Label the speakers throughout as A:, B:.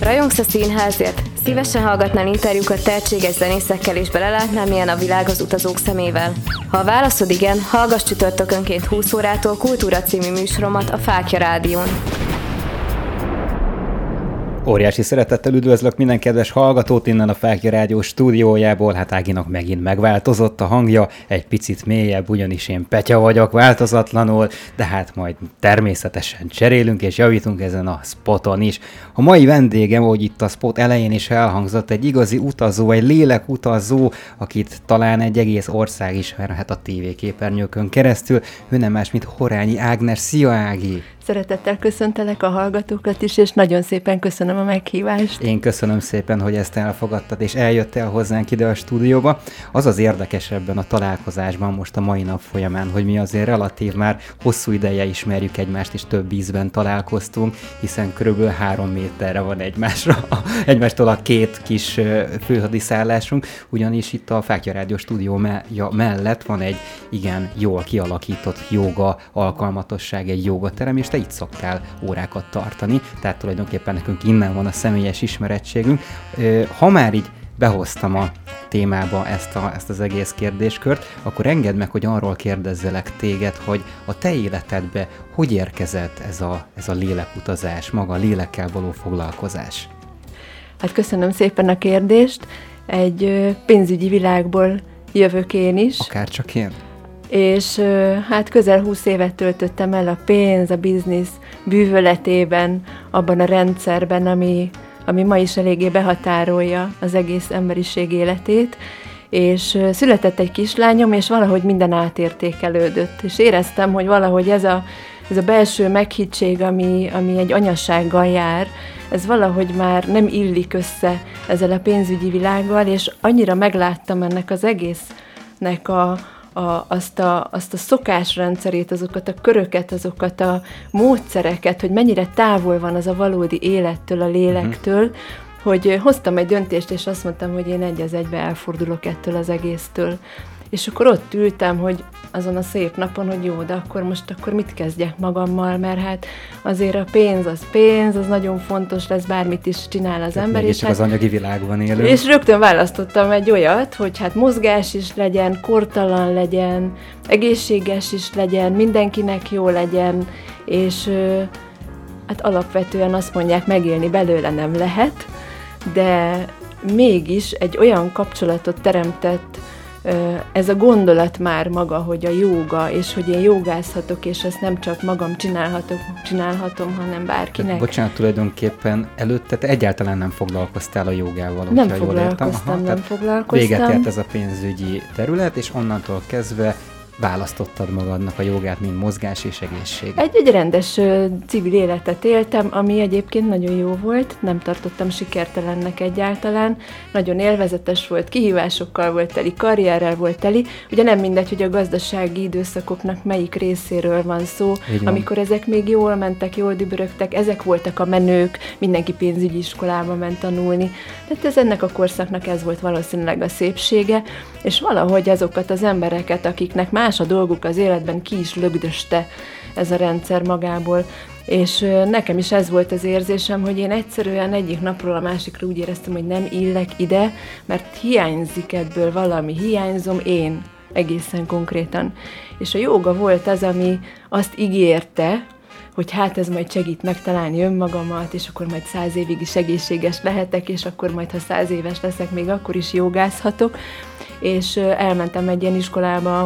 A: Rajongsz a színházért? Szívesen hallgatnál interjúkat tehetséges zenészekkel és belelátnál, milyen a világ az utazók szemével? Ha a válaszod igen, hallgass csütörtökönként 20 órától Kultúra című műsoromat a Fáklya Rádión.
B: Óriási szeretettel üdvözlök minden kedves hallgatót innen a Fáklya Rádió stúdiójából. Hát Áginak megint megváltozott a hangja, egy picit mélyebb, ugyanis én Petya vagyok változatlanul, de hát majd természetesen cserélünk és javítunk ezen a spoton is. A mai vendégem, ahogy itt a spot elején is elhangzott, egy igazi utazó, egy lélekutazó, akit talán egy egész ország ismerhet a tévéképernyőkön keresztül. Ő nem más, mint Horányi Ágnes. Szia, Ági!
C: Szeretettel köszöntelek a hallgatókat is, és nagyon szépen köszönöm a meghívást.
B: Én köszönöm szépen, hogy ezt elfogadtad, és eljöttél hozzánk ide a stúdióba. Az az érdekes ebben a találkozásban most a mai nap folyamán, hogy mi azért relatív már hosszú ideje ismerjük egymást, és több ízben találkoztunk, hiszen körülbelül 3 méterre van egymástól a két kis főhadiszállásunk, ugyanis itt a Fáklya Rádió stúdió mellett van egy igen jól kialakított jóga alkalmatosság, egy jógaterem, és te itt szoktál órákat tartani, tehát tulajdonképpen nekünk innen van a személyes ismerettségünk. Ha már így behoztam a témába ezt az egész kérdéskört, akkor engedd meg, hogy arról kérdezzelek téged, hogy a te életedbe hogy érkezett ez a lélekutazás, maga a lélekkel való foglalkozás?
C: Hát köszönöm szépen a kérdést. Egy pénzügyi világból jövök én is.
B: Akárcsak én?
C: És hát közel 20 évet töltöttem el a pénz, a biznisz bűvöletében, abban a rendszerben, ami ma is eléggé behatárolja az egész emberiség életét, és született egy kislányom, és valahogy minden átértékelődött, és éreztem, hogy valahogy ez a belső meghittség, ami egy anyasággal jár, ez valahogy már nem illik össze ezzel a pénzügyi világgal, és annyira megláttam ennek az egésznek azt a szokásrendszerét, azokat a köröket, azokat a módszereket, hogy mennyire távol van az a valódi élettől, a lélektől, hogy hoztam egy döntést, és azt mondtam, hogy én egy az egybe elfordulok ettől az egésztől. És akkor ott ültem, hogy azon a szép napon, hogy jó, de akkor mit kezdjek magammal, mert hát azért a pénz, az nagyon fontos lesz, bármit is csinál az ember.
B: És csak az anyagi világban élő.
C: És rögtön választottam egy olyat, hogy hát mozgás is legyen, kortalan legyen, egészséges is legyen, mindenkinek jó legyen, és hát alapvetően azt mondják, megélni belőle nem lehet, de mégis egy olyan kapcsolatot teremtett ez a gondolat már maga, hogy a jóga, és hogy én jogázhatok, és ezt nem csak magam csinálhatom, hanem bárkinek.
B: Bocsánat, tulajdonképpen előtte te egyáltalán nem foglalkoztál a jogával.
C: Nem foglalkoztam.
B: Véget ért ez a pénzügyi terület, és onnantól kezdve választottad magadnak a jogát, mint mozgás és egészség.
C: Egy rendes civil életet éltem, ami egyébként nagyon jó volt, nem tartottam sikertelennek egyáltalán, nagyon élvezetes volt, kihívásokkal volt teli, karrierrel volt teli, ugye nem mindegy, hogy a gazdasági időszakoknak melyik részéről van szó, amikor ezek még jól mentek, jól dübörögtek, ezek voltak a menők, mindenki pénzügyi iskolába ment tanulni, tehát ennek a korszaknak ez volt valószínűleg a szépsége, és valahogy azokat az embereket, akiknek más a dolguk az életben, ki is lögdöste ez a rendszer magából. És nekem is ez volt az érzésem, hogy én egyszerűen egyik napról a másikra úgy éreztem, hogy nem illek ide, mert hiányzik ebből valami, hiányzom én egészen konkrétan. És a jóga volt az, ami azt ígérte, hogy hát ez majd segít megtalálni önmagamat, és akkor majd 100 évig is egészséges lehetek, és akkor majd, ha 100 éves leszek, még akkor is jogázhatok. És elmentem egy ilyen iskolába,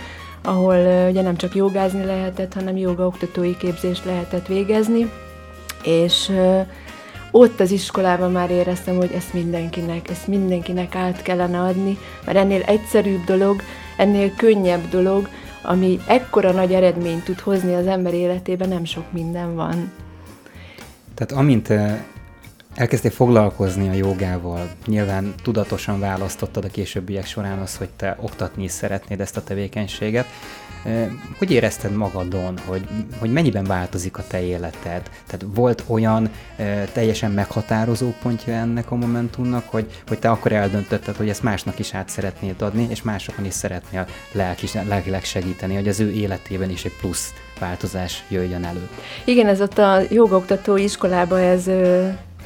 C: ahol ugye nem csak jogázni lehetett, hanem jogaoktatói képzést lehetett végezni, és ott az iskolában már éreztem, hogy ezt mindenkinek át kellene adni, mert ennél egyszerűbb dolog, ennél könnyebb dolog, ami ekkora nagy eredményt tud hozni az ember életében, nem sok minden van.
B: Tehát amint elkezdtél foglalkozni a jogával, nyilván tudatosan választottad a későbbiek során az, hogy te oktatni is szeretnéd ezt a tevékenységet. Hogy érezted magadon, hogy mennyiben változik a te életed? Tehát volt olyan teljesen meghatározó pontja ennek a momentumnak, hogy te akkor eldöntötted, hogy ezt másnak is át szeretnéd adni, és másokon is szeretnél lelkileg segíteni, hogy az ő életében is egy plusz változás jöjjön elő.
C: Igen, ez ott a jogaoktatói iskolában ez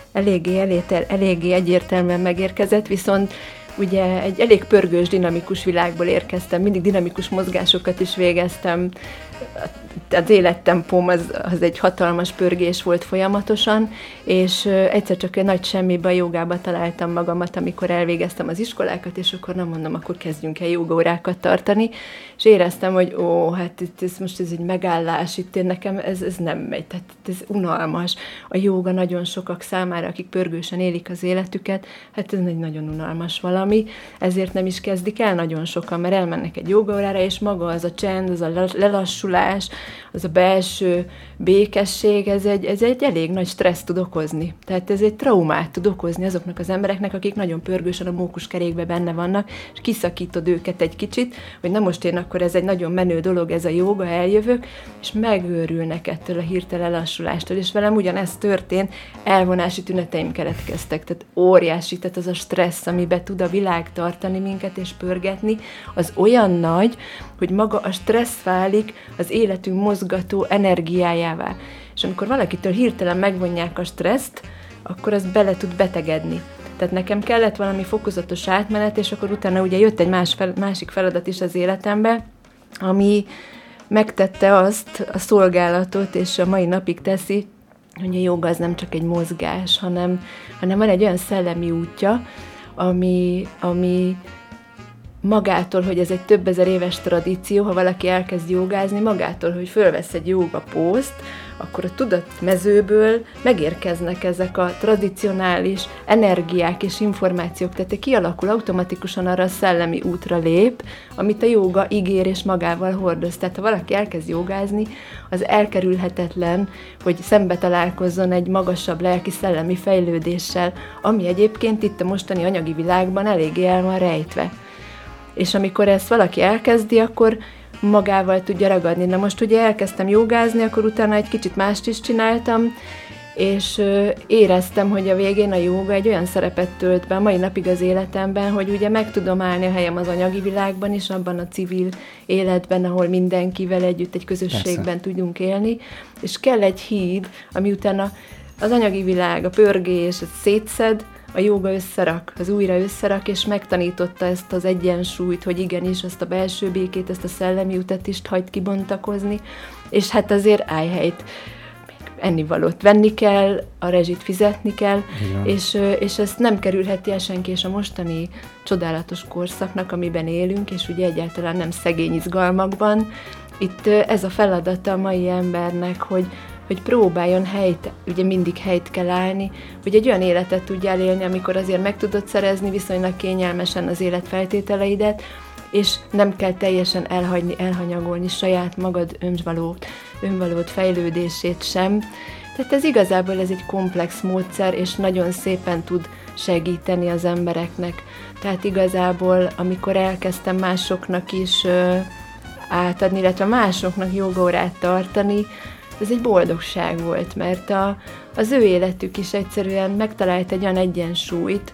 C: eléggé egyértelműen megérkezett, viszont ugye egy elég pörgős, dinamikus világból érkeztem, mindig dinamikus mozgásokat is végeztem, az élettempóm az egy hatalmas pörgés volt folyamatosan, és egyszer csak egy nagy semmibe, jogába találtam magamat, amikor elvégeztem az iskolákat, és akkor nem mondom, akkor kezdjünk el jogaórákat tartani, és éreztem, hogy hát most ez egy megállás, itt nekem ez nem megy, tehát ez unalmas. A jóga nagyon sokak számára, akik pörgősen élik az életüket, hát ez egy nagyon unalmas valami, ezért nem is kezdik el nagyon sokan, mert elmennek egy jogaórára, és maga az a csend, az a lelassulás, az a belső békesség, ez egy elég nagy stressz tud okozni. Tehát ez egy traumát tud okozni azoknak az embereknek, akik nagyon pörgősen a mókuskerékben benne vannak, és kiszakítod őket egy kicsit, hogy na most én akkor ez egy nagyon menő dolog, ez a jóga, eljövök, és megőrülnek ettől a hirtelen lassulástól, és velem ugyanezt történt, elvonási tüneteim keletkeztek, tehát óriási, tehát az a stressz, amiben tud a világ tartani minket és pörgetni, az olyan nagy, hogy maga a stressz válik az életünk mozgató energiájává. És amikor valakitől hirtelen megvonják a stresszt, akkor az bele tud betegedni. Tehát nekem kellett valami fokozatos átmenet, és akkor utána ugye jött egy másik feladat is az életembe, ami megtette azt a szolgálatot, és a mai napig teszi, hogy a jóga az nem csak egy mozgás, hanem van egy olyan szellemi útja, ami magától, hogy ez egy több ezer éves tradíció, ha valaki elkezd jogázni, magától, hogy fölvesz egy jóga pószt, akkor a tudatmezőből megérkeznek ezek a tradicionális energiák és információk, tehát kialakul automatikusan arra a szellemi útra lép, amit a jóga ígér és magával hordoz. Tehát ha valaki elkezd jogázni, az elkerülhetetlen, hogy szembe találkozzon egy magasabb lelki-szellemi fejlődéssel, ami egyébként itt a mostani anyagi világban eléggé el van rejtve. És amikor ezt valaki elkezdi, akkor magával tudja ragadni. Na most ugye elkezdtem jogázni, akkor utána egy kicsit mást is csináltam, és éreztem, hogy a végén a jóga egy olyan szerepet tölt be a mai napig az életemben, hogy ugye meg tudom állni a helyem az anyagi világban is, abban a civil életben, ahol mindenkivel együtt egy közösségben Persze. tudjunk élni, és kell egy híd, ami utána az anyagi világ, a pörgés, ez szétszed, a jóga összerak, az újra összerak, és megtanította ezt az egyensúlyt, hogy igenis azt a belső békét, ezt a szellemi utat is hagyd kibontakozni, és hát azért állj helyt. Ennivalót venni kell, a rezsit fizetni kell, és ezt nem kerülheti el senki, és a mostani csodálatos korszaknak, amiben élünk, és ugye egyáltalán nem szegény izgalmakban, itt ez a feladata a mai embernek, hogy próbáljon ugye mindig helyt kell állni, hogy egy olyan életet tudjál élni, amikor azért meg tudod szerezni viszonylag kényelmesen az életfeltételeidet, és nem kell teljesen elhanyagolni saját magad önvalót, fejlődését sem. Tehát ez igazából ez egy komplex módszer, és nagyon szépen tud segíteni az embereknek. Tehát igazából, amikor elkezdtem másoknak is átadni, illetve másoknak jogaórát tartani, ez egy boldogság volt, mert az ő életük is egyszerűen megtalált egy olyan egyensúlyt,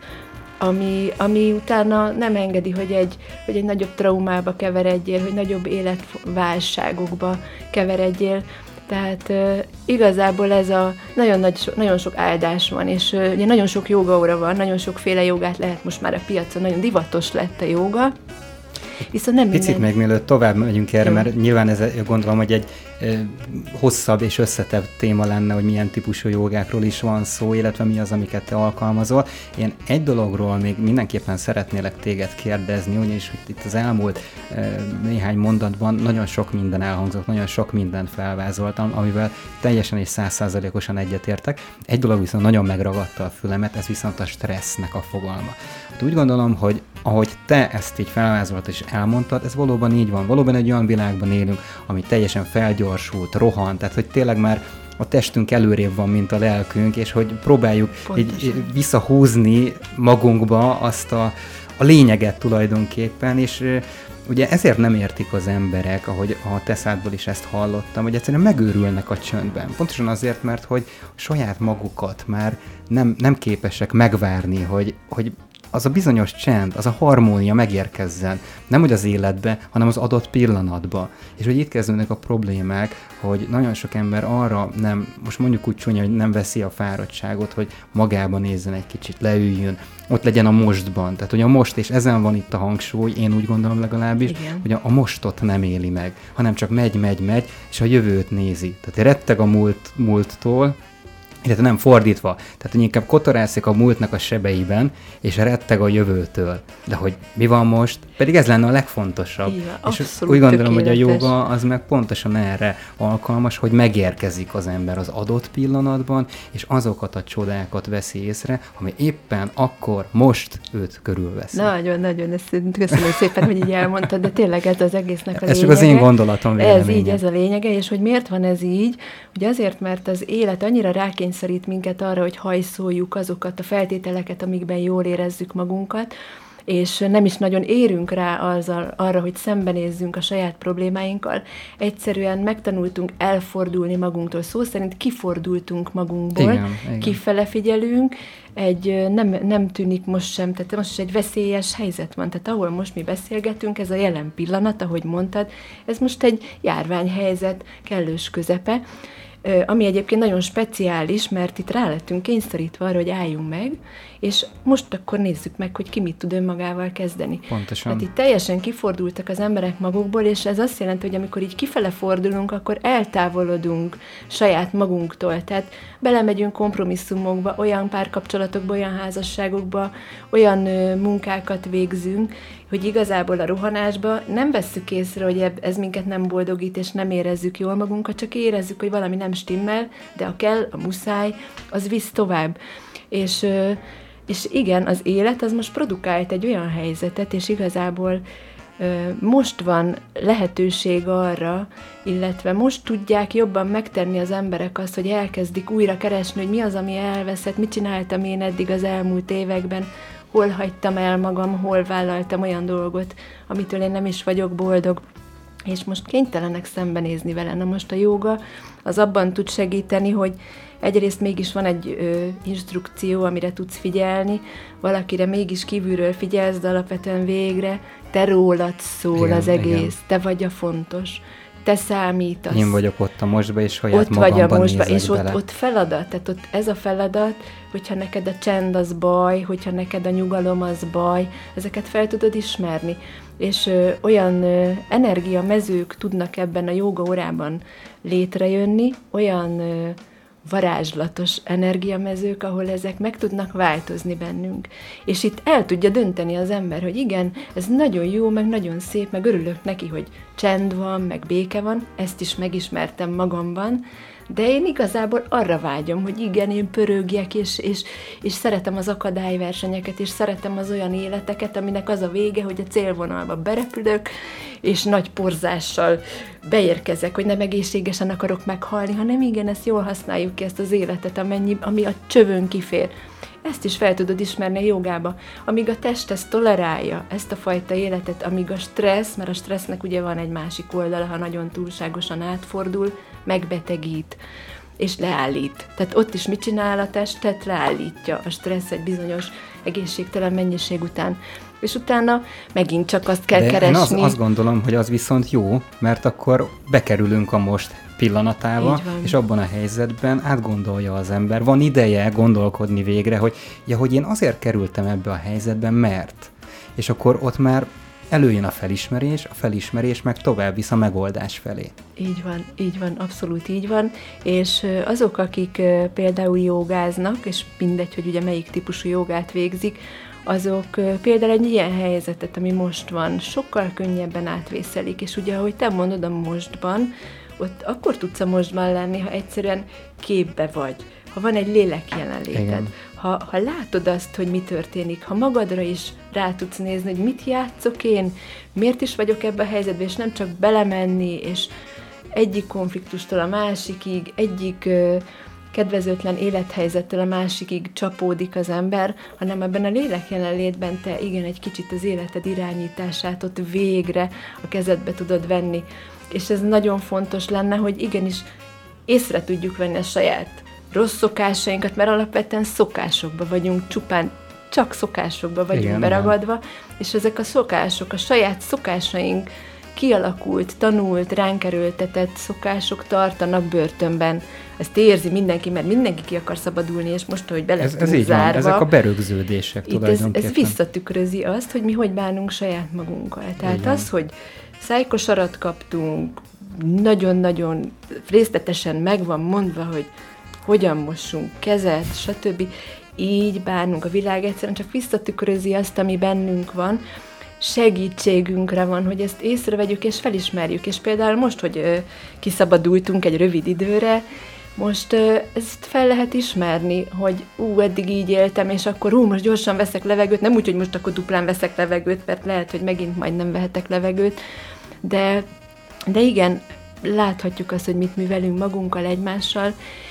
C: ami utána nem engedi, hogy egy nagyobb traumába keveredjél, hogy nagyobb életválságokba keveredjél. Tehát igazából ez nagyon sok áldás van, és ugye nagyon sok jogaóra van, nagyon sokféle jogát lehet most már a piacon, nagyon divatos lett a joga, viszont nem
B: Picit még mielőtt tovább megyünk erre, mert nyilván ez gondolom, hogy egy hosszabb és összetett téma lenne, hogy milyen típusú jogákról is van szó, illetve mi az, amiket te alkalmazol. Én egy dologról még mindenképpen szeretnélek téged kérdezni, ugyanis itt az elmúlt néhány mondatban nagyon sok minden elhangzott, nagyon sok mindent felvázoltam, amivel teljesen és 100%-osan egyetértek. Egy dolog viszont nagyon megragadta a fülemet, ez viszont a stressznek a fogalma. Úgy gondolom, hogy ahogy te ezt így felvázoltad és elmondtad, ez valóban így van. Valóban egy olyan világban élünk, ami teljesen felgyorsult, rohan, tehát hogy tényleg már a testünk előrébb van, mint a lelkünk, és hogy próbáljuk így visszahúzni magunkba azt a lényeget tulajdonképpen, és ugye ezért nem értik az emberek, ahogy a te szádból is ezt hallottam, hogy egyszerűen megőrülnek a csöndben. Pontosan azért, mert hogy saját magukat már nem képesek megvárni, hogy az a bizonyos csend, az a harmónia megérkezzen. Nem hogy az életbe, hanem az adott pillanatba. És hogy itt kezdődnek a problémák, hogy nagyon sok ember arra nem, most mondjuk úgy csúnya, hogy nem veszi a fáradtságot, hogy magába nézzen egy kicsit, leüljön, ott legyen a mostban. Tehát, hogy a most, és ezen van itt a hangsúly, én úgy gondolom legalábbis, igen, hogy a mostot nem éli meg, hanem csak megy, és a jövőt nézi. Tehát retteg a múlttól, illetve nem fordítva. Tehát, hogy inkább kotorászik a múltnak a sebeiben, és retteg a jövőtől. De hogy mi van most, pedig ez lenne a legfontosabb.
C: Igen,
B: és úgy gondolom, hogy a jóga az meg pontosan erre alkalmas, hogy megérkezik az ember az adott pillanatban, és azokat a csodákat veszi észre, ami éppen akkor, most őt körülveszi.
C: Nagyon, ezt köszönöm szépen, hogy így elmondtad, de tényleg ez az egésznek a lényege.
B: Ez csak az én gondolatom, véleményem.
C: Ez így, ez a lényege, és hogy miért van ez így? Ugye azért, mert az élet annyira rákényszerít minket arra, hogy hajszoljuk azokat a feltételeket, amikben jól érezzük magunkat, és nem is nagyon érünk rá arra, hogy szembenézzünk a saját problémáinkkal. Egyszerűen megtanultunk elfordulni magunktól. Szó szerint kifordultunk magunkból, igen. Kifele figyelünk, nem tűnik most sem, tehát most is egy veszélyes helyzet van. Tehát ahol most mi beszélgetünk, ez a jelen pillanat, ahogy mondtad, ez most egy járványhelyzet kellős közepe, ami egyébként nagyon speciális, mert itt rá lettünk kényszerítve arra, hogy álljunk meg, és most akkor nézzük meg, hogy ki mit tud önmagával kezdeni.
B: Pontosan.
C: Hát itt teljesen kifordultak az emberek magukból, és ez azt jelenti, hogy amikor így kifele fordulunk, akkor eltávolodunk saját magunktól, tehát belemegyünk kompromisszumokba, olyan párkapcsolatokba, olyan házasságokba, olyan munkákat végzünk, hogy igazából a rohanásba nem vesszük észre, hogy ez minket nem boldogít, és nem érezzük jól magunkat, csak érezzük, hogy valami nem stimmel, de a kell, a muszáj, az visz tovább. És igen, az élet az most produkált egy olyan helyzetet, és igazából most van lehetőség arra, illetve most tudják jobban megtenni az emberek azt, hogy elkezdik újra keresni, hogy mi az, ami elveszett, mit csináltam én eddig az elmúlt években, hol hagytam el magam, hol vállaltam olyan dolgot, amitől én nem is vagyok boldog, és most kénytelenek szembenézni vele. Na most a jóga az abban tud segíteni, hogy egyrészt mégis van egy instrukció, amire tudsz figyelni, valakire mégis kívülről figyelsz, de alapvetően végre te rólad szól, igen, az egész, igen. Te vagy a fontos, te számítasz.
B: Én vagyok ott a mostba, és saját magamban nézek
C: és
B: bele.
C: ott feladat, tehát ott ez a feladat, hogyha neked a csend az baj, hogyha neked a nyugalom az baj, ezeket fel tudod ismerni. És olyan energiamezők tudnak ebben a jóga órában létrejönni, olyan varázslatos energiamezők, ahol ezek meg tudnak változni bennünk. És itt el tudja dönteni az ember, hogy igen, ez nagyon jó, meg nagyon szép, meg örülök neki, hogy csend van, meg béke van, ezt is megismertem magamban, de én igazából arra vágyom, hogy igen, én pörögjek, és szeretem az akadályversenyeket, és szeretem az olyan életeket, aminek az a vége, hogy a célvonalba berepülök, és nagy porzással beérkezek, hogy nem egészségesen akarok meghalni, hanem igen, ezt jól használjuk ki, ezt az életet, ami a csövön kifér. Ezt is fel tudod ismerni a jogába. Amíg a test ezt tolerálja, ezt a fajta életet, amíg a stressz, mert a stressznek ugye van egy másik oldala, ha nagyon túlságosan átfordul, megbetegít és leállít. Tehát ott is mit csinál a testet? Leállítja a stressz egy bizonyos egészségtelen mennyiség után. És utána megint csak azt kell keresni.
B: Én azt gondolom, hogy az viszont jó, mert akkor bekerülünk a most pillanatába, és abban a helyzetben átgondolja az ember. Van ideje gondolkodni végre, hogy én azért kerültem ebbe a helyzetben, mert. És akkor ott már előjön a felismerés meg tovább visz a megoldás felé.
C: Így van, abszolút így van, és azok, akik például jogáznak, és mindegy, hogy ugye melyik típusú jogát végzik, azok például egy ilyen helyzetet, ami most van, sokkal könnyebben átvészelik, és ugye, ahogy te mondod, a mostban, ott akkor tudsz a mostban lenni, ha egyszerűen képbe vagy, ha van egy lélek jelenléted, ha látod azt, hogy mi történik, ha magadra is rá tudsz nézni, hogy mit játszok én, miért is vagyok ebben a helyzetben, és nem csak belemenni, és egyik konfliktustól a másikig, egyik kedvezőtlen élethelyzettől a másikig csapódik az ember, hanem ebben a lélek jelenlétben te igen egy kicsit az életed irányítását ott végre a kezedbe tudod venni. És ez nagyon fontos lenne, hogy igenis észre tudjuk venni a saját rossz szokásainkat, mert alapvetően szokásokban vagyunk csupán csak szokásokba vagyunk beragadva, és ezek a szokások, a saját szokásaink, kialakult, tanult, ránk erőltetett szokások tartanak börtönben. Ezt érzi mindenki, mert mindenki ki akar szabadulni, és most, hogy be lett zárva. Van,
B: ezek a berögződések tulajdonképpen.
C: Ez visszatükrözi azt, hogy mi hogy bánunk saját magunkkal. Tehát igen. Az, hogy szájkosarat kaptunk, nagyon-nagyon részletesen meg van mondva, hogy hogyan mossunk kezet, stb. Így bánunk. A világ egyszerűen csak visszatükrözi azt, ami bennünk van, segítségünkre van, hogy ezt észrevegyük és felismerjük. És például most, hogy kiszabadultunk egy rövid időre, most ezt fel lehet ismerni, hogy eddig így éltem, és akkor most gyorsan veszek levegőt, nem úgy, hogy most akkor duplán veszek levegőt, mert lehet, hogy megint majd nem vehetek levegőt, de igen, láthatjuk azt, hogy mit művelünk magunkkal, egymással,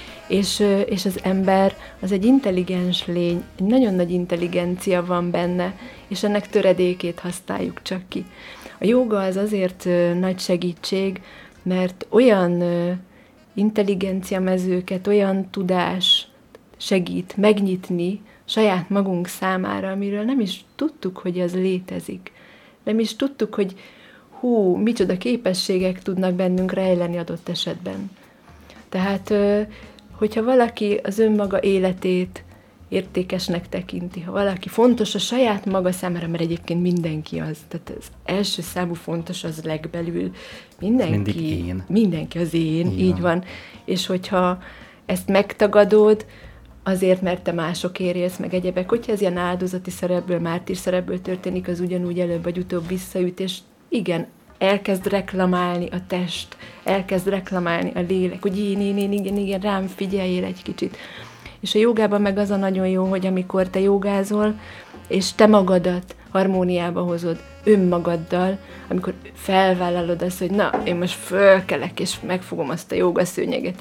C: és az ember az egy intelligens lény, egy nagyon nagy intelligencia van benne, és ennek töredékét használjuk csak ki. A jóga az azért nagy segítség, mert olyan intelligencia mezőket, olyan tudás segít megnyitni saját magunk számára, amiről nem is tudtuk, hogy az létezik. Nem is tudtuk, hogy micsoda képességek tudnak bennünk rejleni adott esetben. Tehát, hogyha valaki az önmaga életét értékesnek tekinti, ha valaki fontos a saját maga számára, mert egyébként mindenki az, tehát az első számú fontos az legbelül, mindenki az én, így van. És hogyha ezt megtagadod, azért, mert te másokért élsz, meg egyebek, hogyha ez ilyen áldozati szerepből, mártír szerepből történik, az ugyanúgy előbb vagy utóbb visszaüt, és igen, elkezd reklamálni a test, elkezd reklamálni a lélek, hogy igen, rám figyeljél egy kicsit. És a jogában meg az a nagyon jó, hogy amikor te jogázol, és te magadat harmóniába hozod önmagaddal, amikor felvállalod azt, hogy na, én most fölkelek, és megfogom azt a jogaszőnyeget,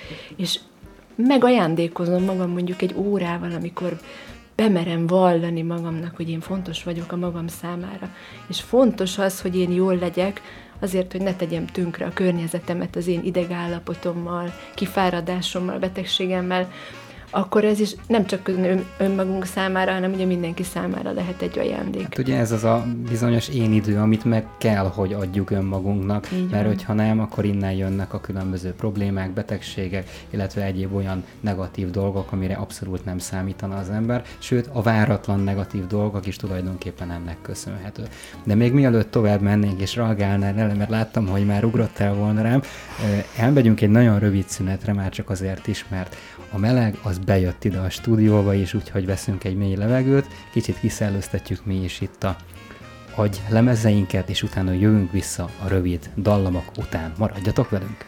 C: és megajándékozom magam mondjuk egy órával, amikor bemerem vallani magamnak, hogy én fontos vagyok a magam számára. És fontos az, hogy én jól legyek, azért, hogy ne tegyem tönkre a környezetemet az én idegállapotommal, kifáradásommal, betegségemmel, akkor ez is nem csak önmagunk számára, hanem ugye mindenki számára lehet egy ajándék.
B: Hát ugye ez az a bizonyos én idő, amit meg kell, hogy adjuk önmagunknak, mert hogyha nem, akkor innen jönnek a különböző problémák, betegségek, illetve egyéb olyan negatív dolgok, amire abszolút nem számítana az ember, sőt a váratlan negatív dolgok is tulajdonképpen ennek köszönhető. De még mielőtt tovább mennénk és reagálnál el, mert láttam, hogy már ugrottál volna rám, elmegyünk egy nagyon rövid szünetre, már csak azért is, mert a meleg az bejött ide a stúdióba is, úgyhogy veszünk egy mély levegőt, kicsit kiszellőztetjük mi is itt a agy lemezeinket, és utána jövünk vissza a rövid dallamok után. Maradjatok velünk!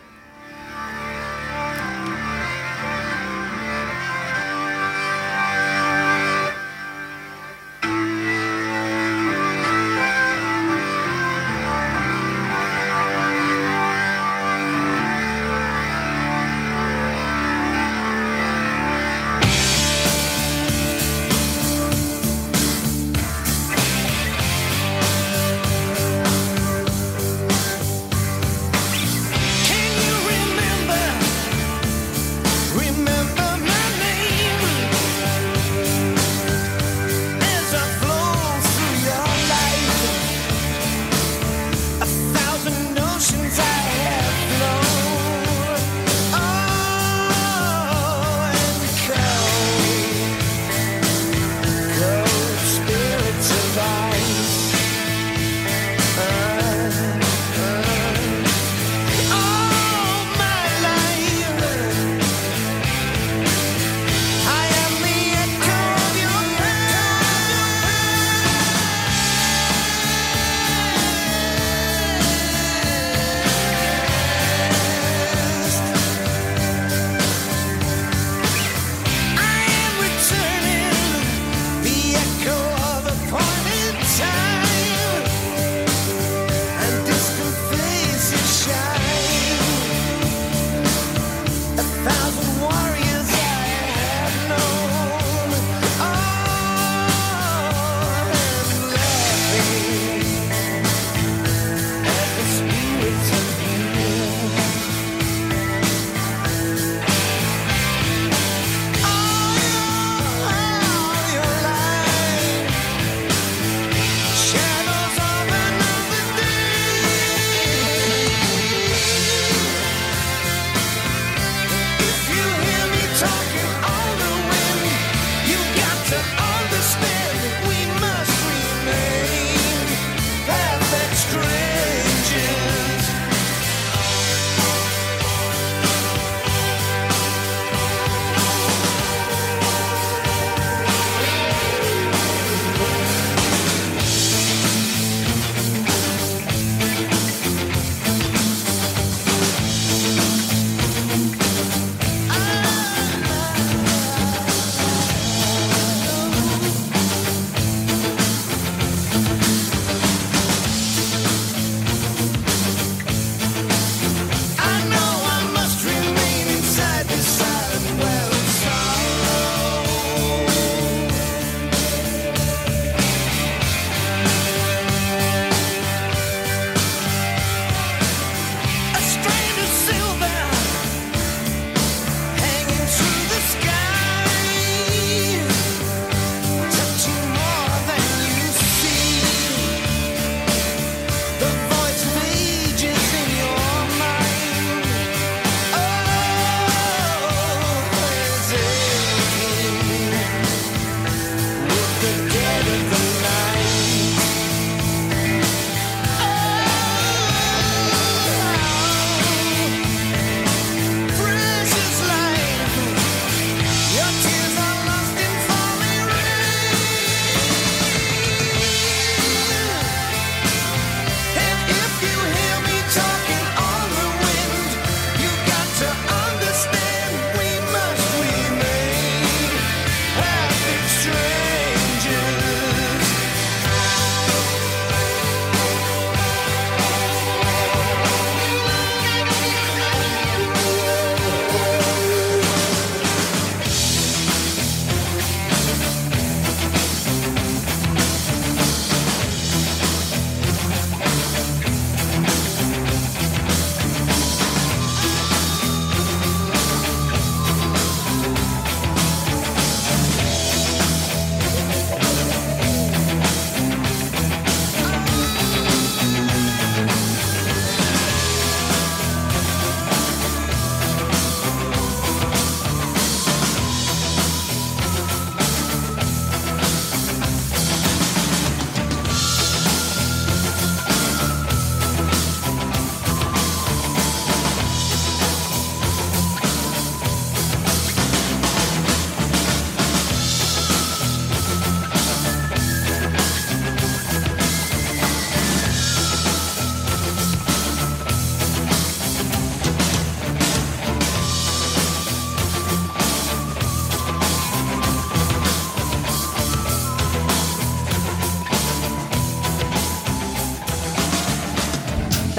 D: Can you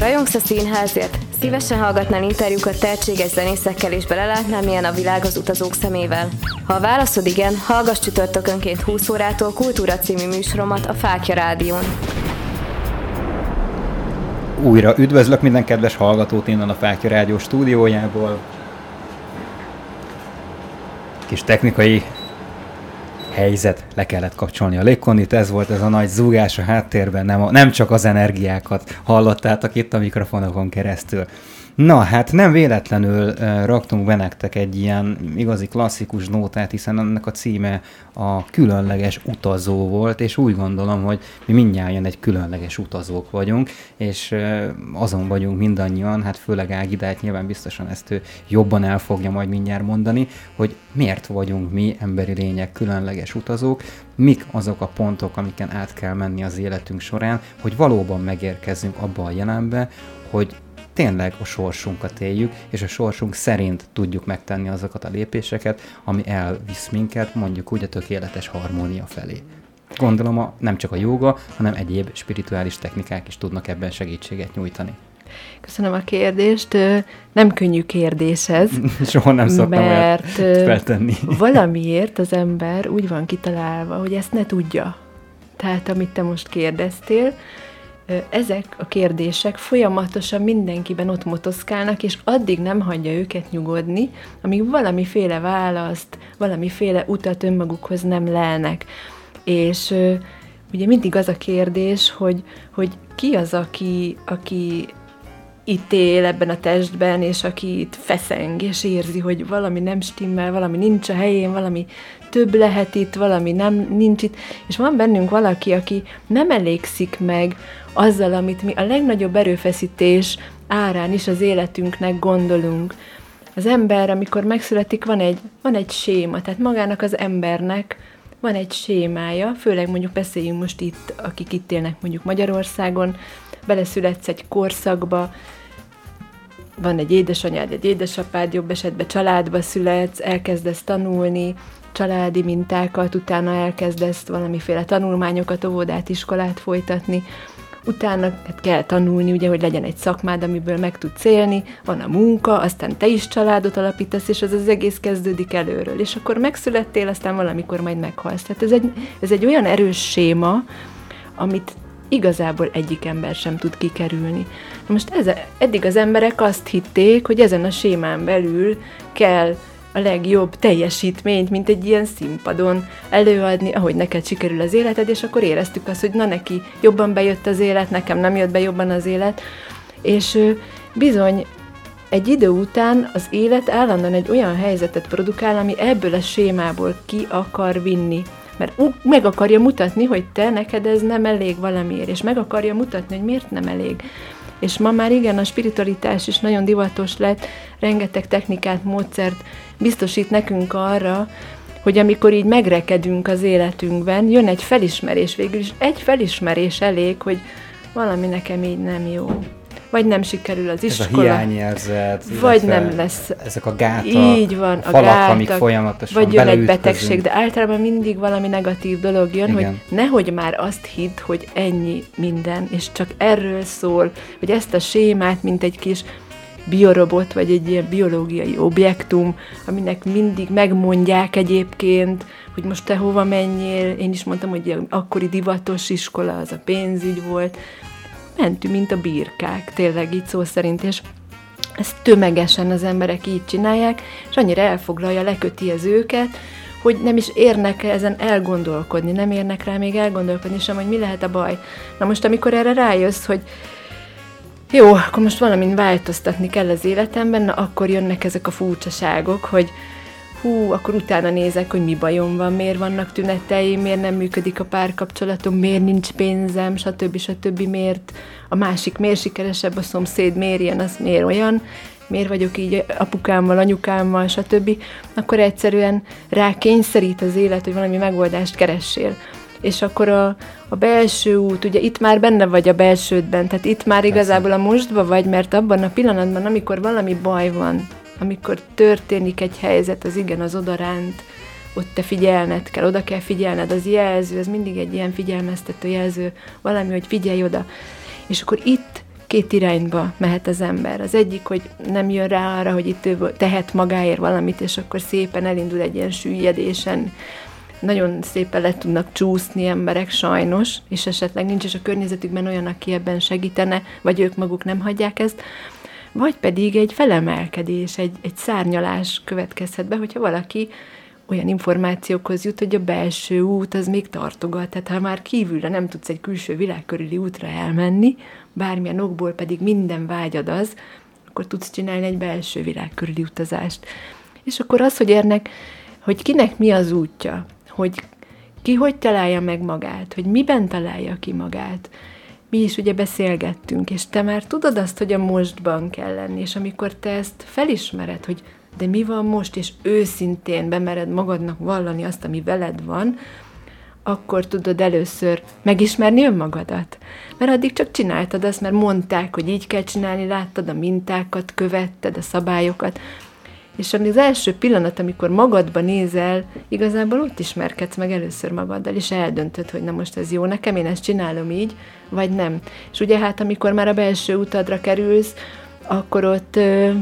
A: Rajongsz a színházért? Szívesen hallgatnál interjúkat tehetséges zenészekkel és belelátnál, milyen a világ az utazók szemével? Ha a válaszod igen, hallgass csütörtökönként 20 órától Kultúra című műsoromat a Fáklya Rádión.
B: Újra üdvözlök minden kedves hallgatót innen a Fáklya Rádió stúdiójából. Kis technikai helyzet, le kellett kapcsolni a légkondit, ez volt ez a nagy zúgás a háttérben, nem csak az energiákat hallottátok itt a mikrofonokon keresztül. Na, hát nem véletlenül raktunk be nektek egy ilyen igazi klasszikus nótát, hiszen ennek a címe a különleges utazó volt, és úgy gondolom, hogy mi mindnyájan egy különleges utazók vagyunk, és azon vagyunk mindannyian, hát főleg Ági, de hát nyilván biztosan ezt ő jobban el fogja majd mindjárt mondani, hogy miért vagyunk mi emberi lények különleges utazók, mik azok a pontok, amiken át kell menni az életünk során, hogy valóban megérkezzünk abba a jelenbe, hogy tényleg a sorsunkat éljük, és a sorsunk szerint tudjuk megtenni azokat a lépéseket, ami elvisz minket, mondjuk úgy a tökéletes harmónia felé. Gondolom, nem csak a jóga, hanem egyéb spirituális technikák is tudnak ebben segítséget nyújtani.
C: Köszönöm a kérdést. Nem könnyű kérdés ez.
B: Soha nem szoktam olyat feltenni.
C: Valamiért az ember úgy van kitalálva, hogy ezt ne tudja. Tehát, amit te most kérdeztél, ezek a kérdések folyamatosan mindenkiben ott motoszkálnak, és addig nem hagyja őket nyugodni, amíg valamiféle választ, valamiféle utat önmagukhoz nem lelnek. És ugye mindig az a kérdés, hogy ki az, aki itt él ebben a testben, és aki itt feszeng, és érzi, hogy valami nem stimmel, valami nincs a helyén, valami több lehet itt, valami nincs itt, és van bennünk valaki, aki nem elégszik meg azzal, amit mi a legnagyobb erőfeszítés árán is az életünknek gondolunk. Az ember, amikor megszületik, van egy séma, tehát magának az embernek van egy sémája, főleg mondjuk beszéljünk most itt, akik itt élnek mondjuk Magyarországon, beleszületsz egy korszakba, van egy édesanyád, egy édesapád, jobb esetben családba születsz, elkezdesz tanulni, családi mintákat, utána elkezdesz valamiféle tanulmányokat, óvodát, iskolát folytatni, utána hát kell tanulni, ugye, hogy legyen egy szakmád, amiből meg tudsz élni, van a munka, aztán te is családot alapítasz, és az egész kezdődik előről. És akkor megszülettél, aztán valamikor majd meghalsz. Tehát ez egy olyan erős séma, amit igazából egyik ember sem tud kikerülni. Na most eddig az emberek azt hitték, hogy ezen a sémán belül kell a legjobb teljesítményt, mint egy ilyen színpadon előadni, ahogy neked sikerül az életed, és akkor éreztük azt, hogy na neki jobban bejött az élet, nekem nem jött be jobban az élet, és bizony egy idő után az élet állandóan egy olyan helyzetet produkál, ami ebből a sémából ki akar vinni. Mert meg akarja mutatni, hogy neked ez nem elég valamiért, és meg akarja mutatni, hogy miért nem elég. És ma már igen, a spiritualitás is nagyon divatos lett, rengeteg technikát, módszert biztosít nekünk arra, hogy amikor így megrekedünk az életünkben, jön egy felismerés, végül is egy felismerés elég, hogy valami nekem így nem jó. Vagy nem sikerül az iskola.
B: Ez a hiányérzet.
C: Vagy nem lesz.
B: Ezek a gátak,
C: így van,
B: a falak, gátak, amik folyamatosan
C: vagy jön egy betegség, de általában mindig valami negatív dolog jön, igen, hogy nehogy már azt hidd, hogy ennyi minden, és csak erről szól, hogy ezt a sémát, mint egy kis biorobot, vagy egy ilyen biológiai objektum, aminek mindig megmondják egyébként, hogy most te hova menjél. Én is mondtam, hogy akkori divatos iskola, az a pénzügy volt. Mentünk, mint a birkák, tényleg így szó szerint, és ezt tömegesen az emberek így csinálják, és annyira elfoglalja, leköti az őket, hogy nem is érnek ezen elgondolkodni, nem érnek rá még elgondolkodni sem, hogy mi lehet a baj. Na most, amikor erre rájössz, hogy jó, akkor most valamin változtatni kell az életemben, na akkor jönnek ezek a furcsaságok, hogy akkor utána nézek, hogy mi bajom van, miért vannak tüneteim, miért nem működik a párkapcsolatom, miért nincs pénzem, stb. Miért a másik, miért sikeresebb a szomszéd, miért ilyen, az miért olyan, miért vagyok így apukámmal, anyukámmal, stb. Akkor egyszerűen rá kényszerít az élet, hogy valami megoldást keressél. És akkor a belső út, ugye itt már benne vagy a belsődben, tehát itt már igazából a mostba vagy, mert abban a pillanatban, amikor valami baj van, amikor történik egy helyzet, az igen, az odaránt, ott te figyelned kell, oda kell figyelned, az jelző, az mindig egy ilyen figyelmeztető jelző, valami, hogy figyelj oda. És akkor itt két irányba mehet az ember. Az egyik, hogy nem jön rá arra, hogy itt ő tehet magáért valamit, és akkor szépen elindul egy ilyen süllyedésen. Nagyon szépen le tudnak csúszni emberek sajnos, és esetleg nincs is a környezetükben olyan, aki ebben segítene, vagy ők maguk nem hagyják ezt. Vagy pedig egy felemelkedés, egy szárnyalás következhet be, hogyha valaki olyan információkhoz jut, hogy a belső út az még tartogat. Tehát ha már kívülre nem tudsz egy külső világ körüli útra elmenni, bármilyen okból pedig minden vágyad az, akkor tudsz csinálni egy belső világ körüli utazást. És akkor az, hogy kinek mi az útja, hogy ki hogy találja meg magát, hogy miben találja ki magát. Mi is ugye beszélgettünk, és te már tudod azt, hogy a mostban kell lenni, és amikor te ezt felismered, hogy de mi van most, és őszintén bemered magadnak vallani azt, ami veled van, akkor tudod először megismerni önmagadat. Mert addig csak csináltad azt, mert mondták, hogy így kell csinálni, láttad a mintákat, követted a szabályokat, és az első pillanat, amikor magadba nézel, igazából ott ismerkedsz meg először magaddal, és eldöntöd, hogy na most ez jó nekem, én ezt csinálom így, vagy nem. És ugye hát, amikor már a belső utadra kerülsz, akkor ott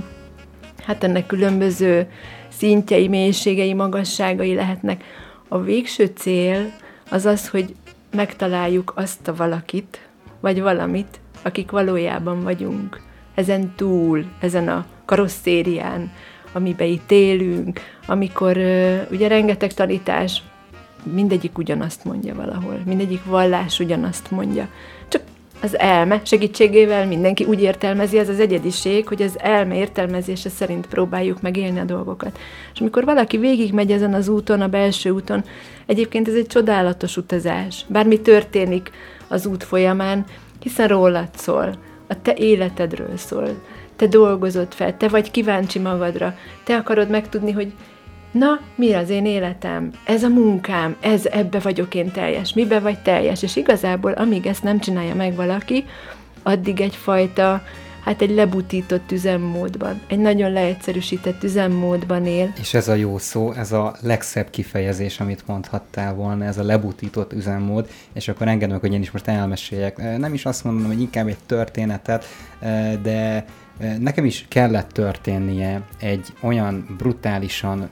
C: hát ennek különböző szintjei, mélységei, magasságai lehetnek. A végső cél az az, hogy megtaláljuk azt a valakit, vagy valamit, akik valójában vagyunk. Ezen túl, ezen a karosszérián, amiben itt élünk, amikor ugye rengeteg tanítás, mindegyik ugyanazt mondja valahol, mindegyik vallás ugyanazt mondja. Csak az elme segítségével mindenki úgy értelmezi, ez az egyediség, hogy az elme értelmezése szerint próbáljuk megélni a dolgokat. És amikor valaki végigmegy ezen az úton, a belső úton, egyébként ez egy csodálatos utazás. Bármi történik az út folyamán, hiszen rólad szól, a te életedről szól. Te dolgozod fel, te vagy kíváncsi magadra, te akarod megtudni, hogy na, mi az én életem, ez a munkám, ebbe vagyok én teljes, mibe vagy teljes, és igazából amíg ezt nem csinálja meg valaki, addig egyfajta, hát egy lebutított üzemmódban, egy nagyon leegyszerűsített üzemmódban él.
B: És ez a jó szó, ez a legszebb kifejezés, amit mondhattál volna, ez a lebutított üzemmód, és akkor engedd meg, hogy én is most elmeséljek. Nem is azt mondom, hogy inkább egy történetet, de nekem is kellett történnie egy olyan brutálisan,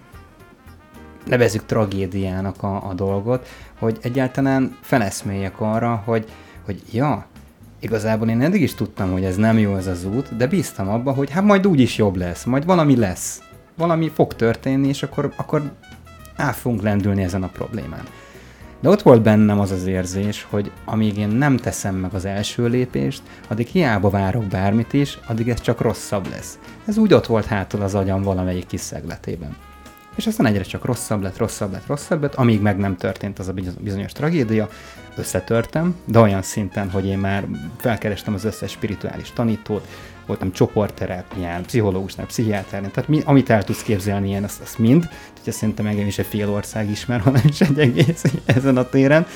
B: nevezzük tragédiának a dolgot, hogy egyáltalán feleszméljek arra, hogy ja, igazából én eddig is tudtam, hogy ez nem jó ez az út, de bíztam abba, hogy hát majd úgyis jobb lesz, majd valami lesz, valami fog történni, és akkor át fogunk lendülni ezen a problémán. De ott volt bennem az az érzés, hogy amíg én nem teszem meg az első lépést, addig hiába várok bármit is, addig ez csak rosszabb lesz. Ez úgy ott volt hátul az agyam valamelyik kis szegletében. És aztán egyre csak rosszabb lett, amíg meg nem történt az a bizonyos tragédia, összetörtem, de olyan szinten, hogy én már felkerestem az összes spirituális tanítót, voltam csoportterápián, pszichológusnál, pszichiáternél, tehát amit el tudsz képzelni ilyen, azt mind, úgyhogy szerintem engem is egy fél ország ismer, hanem is egy egész ezen a téren.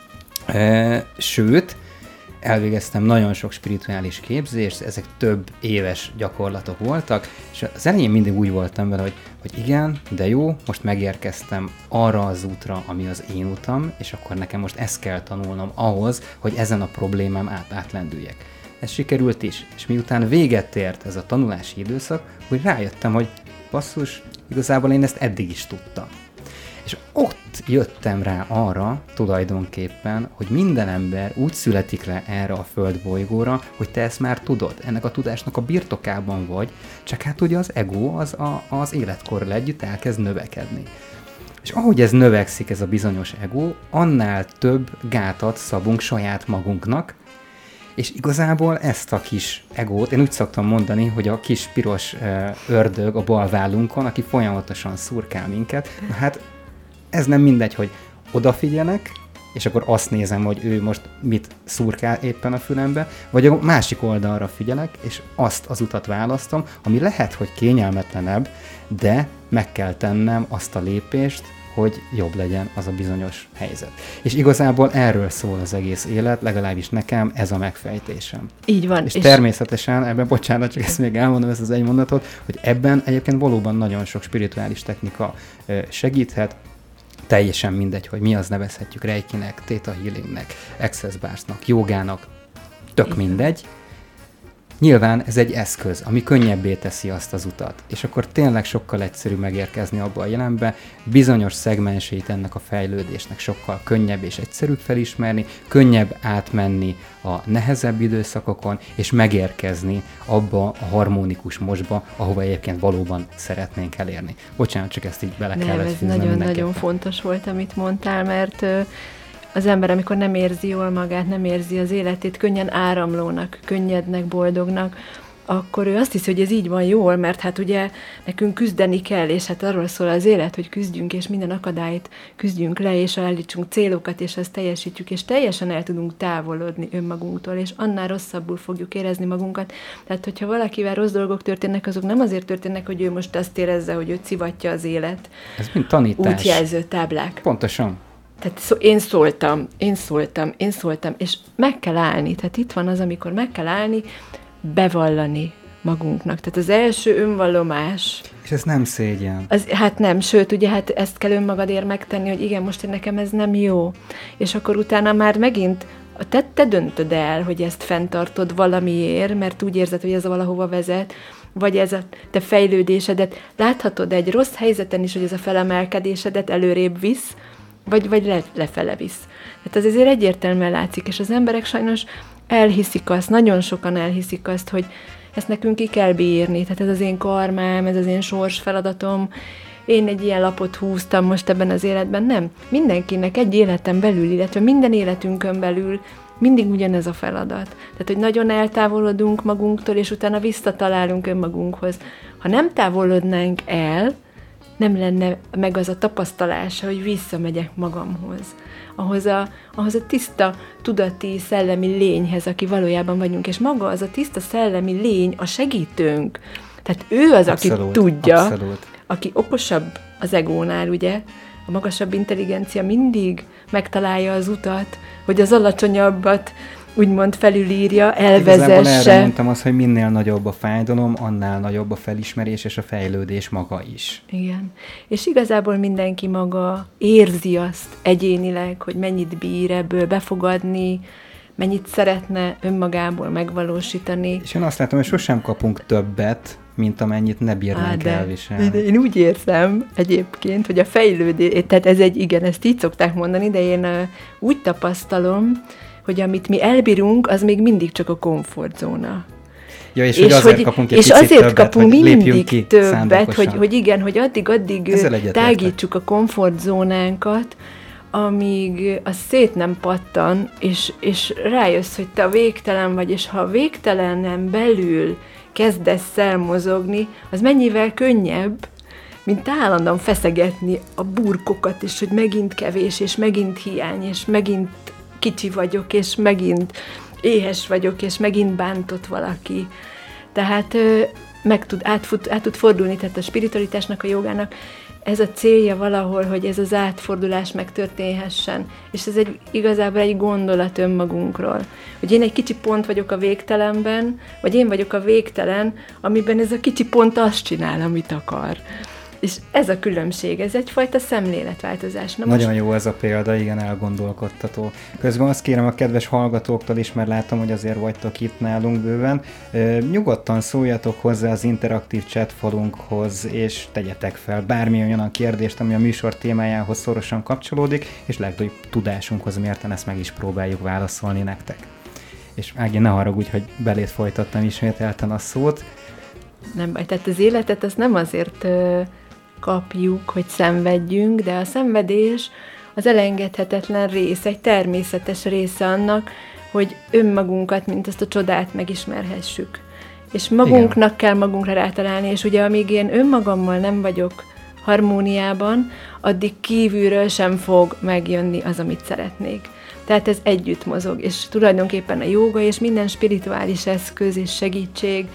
B: Sőt, elvégeztem nagyon sok spirituális képzést, ezek több éves gyakorlatok voltak, és az elején mindig úgy voltam vele, hogy igen, de jó, most megérkeztem arra az útra, ami az én utam, és akkor nekem most ezt kell tanulnom ahhoz, hogy ezen a problémám átlendüljek. Ez sikerült is, és miután véget ért ez a tanulási időszak, úgy rájöttem, hogy basszus, igazából én ezt eddig is tudtam. És ott jöttem rá arra tulajdonképpen, hogy minden ember úgy születik le erre a földbolygóra, hogy te ezt már tudod, ennek a tudásnak a birtokában vagy, csak hát ugye az ego az életkorral együtt elkezd növekedni. És ahogy ez növekszik, ez a bizonyos ego, annál több gátat szabunk saját magunknak, és igazából ezt a kis egót, én úgy szoktam mondani, hogy a kis piros ördög a bal vállunkon, aki folyamatosan szurkál minket, hát ez nem mindegy, hogy odafigyelek, és akkor azt nézem, hogy ő most mit szurkál éppen a fülembe, vagy a másik oldalra figyelek, és azt az utat választom, ami lehet, hogy kényelmetlenebb, de meg kell tennem azt a lépést, hogy jobb legyen az a bizonyos helyzet. És igazából erről szól az egész élet, legalábbis nekem ez a megfejtésem.
C: Így van.
B: És természetesen ebben, bocsánat, csak ezt még elmondom, ezt az egy mondatot, hogy ebben egyébként valóban nagyon sok spirituális technika segíthet, teljesen mindegy, hogy mi az nevezhetjük reikinek, theta healingnek, access barsnak, jogának, tök mindegy. Nyilván ez egy eszköz, ami könnyebbé teszi azt az utat, és akkor tényleg sokkal egyszerűbb megérkezni abba a jelenbe, bizonyos szegmenseit ennek a fejlődésnek sokkal könnyebb és egyszerűbb felismerni, könnyebb átmenni a nehezebb időszakokon, és megérkezni abba a harmonikus mostba, ahova egyébként valóban szeretnénk elérni. Bocsánat, csak ezt így bele kellett fűznem.
C: Ez nagyon-nagyon fontos volt, amit mondtál, mert az ember, amikor nem érzi jól magát, nem érzi az életét, könnyen áramlónak, könnyednek, boldognak, akkor ő azt hiszi, hogy ez így van jól, mert hát ugye nekünk küzdeni kell, és hát arról szól az élet, hogy küzdjünk, és minden akadályt küzdjünk le, és állítsunk célokat, és ezt teljesítjük, és teljesen el tudunk távolodni önmagunktól, és annál rosszabbul fogjuk érezni magunkat. Tehát, hogyha valakivel rossz dolgok történnek, azok nem azért történnek, hogy ő most azt érezze, hogy őt szivatja az élet.
B: Ez mint tanítás.
C: Útjelző táblák.
B: Pontosan.
C: Tehát én szóltam, és meg kell állni. Tehát itt van az, amikor meg kell állni, bevallani magunknak. Tehát az első önvallomás.
B: És ez nem szégyen.
C: Hát nem, sőt, ugye hát ezt kell önmagadért megtenni, hogy igen, most nekem ez nem jó. És akkor utána már megint te döntöd el, hogy ezt fenntartod valamiért, mert úgy érzed, hogy ez valahova vezet, vagy ez a te fejlődésedet. Láthatod egy rossz helyzeten is, hogy ez a felemelkedésedet előrébb visz, vagy lefele visz. Tehát az azért egyértelműen látszik, és az emberek sajnos elhiszik azt, nagyon sokan elhiszik azt, hogy ezt nekünk ki kell bírni, tehát ez az én karmám, ez az én sorsfeladatom, én egy ilyen lapot húztam most ebben az életben, nem. Mindenkinek egy életen belül, illetve minden életünkön belül mindig ugyanez a feladat. Tehát, hogy nagyon eltávolodunk magunktól, és utána visszatalálunk önmagunkhoz. Ha nem távolodnánk el, nem lenne meg az a tapasztalása, hogy visszamegyek magamhoz. Ahhoz a tiszta, tudati, szellemi lényhez, aki valójában vagyunk. És maga az a tiszta szellemi lény a segítőnk. Tehát ő az,
B: abszolút,
C: aki tudja,
B: abszolút.
C: Aki okosabb az egónál, ugye? A magasabb intelligencia mindig megtalálja az utat, hogy az alacsonyabbat úgymond felülírja, elvezesse.
B: Igazából erre mondtam azt, hogy minél nagyobb a fájdalom, annál nagyobb a felismerés és a fejlődés maga is.
C: Igen. És igazából mindenki maga érzi azt egyénileg, hogy mennyit bír ebből befogadni, mennyit szeretne önmagából megvalósítani.
B: És én azt látom, hogy sosem kapunk többet, mint amennyit ne bírnánk elviselni.
C: De én úgy érzem egyébként, hogy a fejlődés, tehát ez ezt így szokták mondani, de én úgy tapasztalom, hogy amit mi elbírunk, az még mindig csak a komfortzóna.
B: Ja, és hogy azért kapunk egy
C: és
B: picit
C: azért
B: többet,
C: kapunk
B: hogy
C: mindig többet, hogy igen, hogy addig tágítsuk a komfortzónánkat, amíg az szét nem pattan, és rájössz, hogy te a végtelen vagy, és ha a végtelenen belül kezdesz elmozogni, az mennyivel könnyebb, mint állandóan feszegetni a burkokat, és hogy megint kevés, és megint hiány, és megint kicsi vagyok, és megint éhes vagyok, és megint bántott valaki. Tehát át tud fordulni, tehát a spiritualitásnak, a jogának ez a célja valahol, hogy ez az átfordulás megtörténhessen. És ez igazából egy gondolat önmagunkról. Hogy én egy kicsi pont vagyok a végtelenben, vagy én vagyok a végtelen, amiben ez a kicsi pont azt csinál, amit akar. És ez a különbség, ez egyfajta szemléletváltozás.
B: Nagyon jó ez a példa, igen, elgondolkodtató. Közben azt kérem a kedves hallgatóktól is, mert látom, hogy azért vagytok itt nálunk bőven. Nyugodtan szóljatok hozzá az interaktív chatfalunkhoz, és tegyetek fel bármilyen olyan kérdést, ami a műsor témájához szorosan kapcsolódik, és legtöbb tudásunkhoz mérten ezt meg is próbáljuk válaszolni nektek. És Ági, ne haragudj, hogy belét folytattam ismételten a szót.
C: Nem baj, tehát az életet azt nem azért kapjuk, hogy szenvedjünk, de a szenvedés az elengedhetetlen része, egy természetes része annak, hogy önmagunkat, mint azt a csodát megismerhessük. És magunknak kell magunkra rátalálni, és ugye amíg én önmagammal nem vagyok harmóniában, addig kívülről sem fog megjönni az, amit szeretnék. Tehát ez együtt mozog, és tulajdonképpen a jóga és minden spirituális eszköz és segítség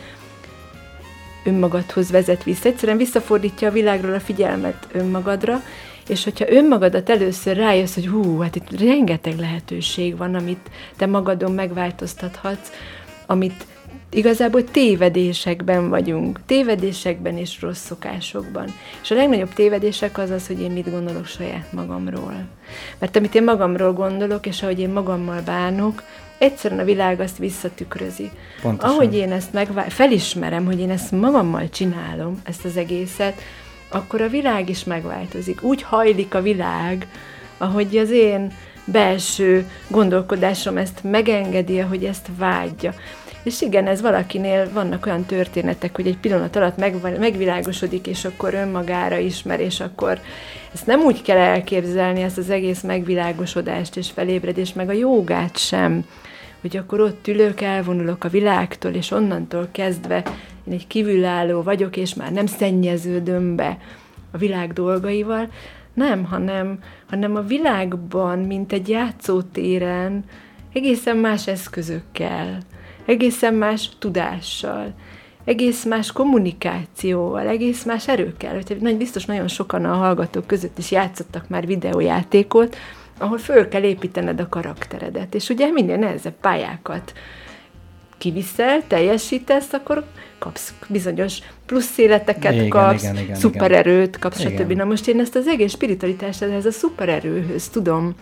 C: önmagadhoz vezet vissza. Egyszerűen visszafordítja a világról a figyelmet önmagadra, és hogyha önmagadat először rájössz, hogy hát itt rengeteg lehetőség van, amit te magadon megváltoztathatsz, amit igazából tévedésekben vagyunk, tévedésekben és rossz szokásokban. És a legnagyobb tévedések az, hogy én mit gondolok saját magamról. Mert amit én magamról gondolok, és ahogy én magammal bánok, egyszerűen a világ azt visszatükrözi.
B: Pontosan.
C: Ahogy én ezt felismerem, hogy én ezt magammal csinálom, ezt az egészet, akkor a világ is megváltozik. Úgy hajlik a világ, ahogy az én belső gondolkodásom ezt megengedi, ahogy ezt vágyja. És igen, ez valakinél vannak olyan történetek, hogy egy pillanat alatt megvilágosodik, és akkor önmagára ismer, és akkor ezt nem úgy kell elképzelni, ezt az egész megvilágosodást és felébredést, meg a jógát sem, hogy akkor ott ülök, elvonulok a világtól, és onnantól kezdve én egy kívülálló vagyok, és már nem szennyeződöm be a világ dolgaival, nem, hanem a világban, mint egy játszótéren, egészen más eszközökkel, egészen más tudással, egész más kommunikációval, egész más erőkkel. Biztos nagyon sokan a hallgatók között is játszottak már videójátékot, ahol föl kell építened a karakteredet. És ugye minél nehezebb pályákat kiviszel, teljesítesz, akkor kapsz bizonyos plusz életeket, kapsz, szupererőt kapsz, stb. Na most én ezt az egész spiritualitást ehhez a szupererőhöz tudom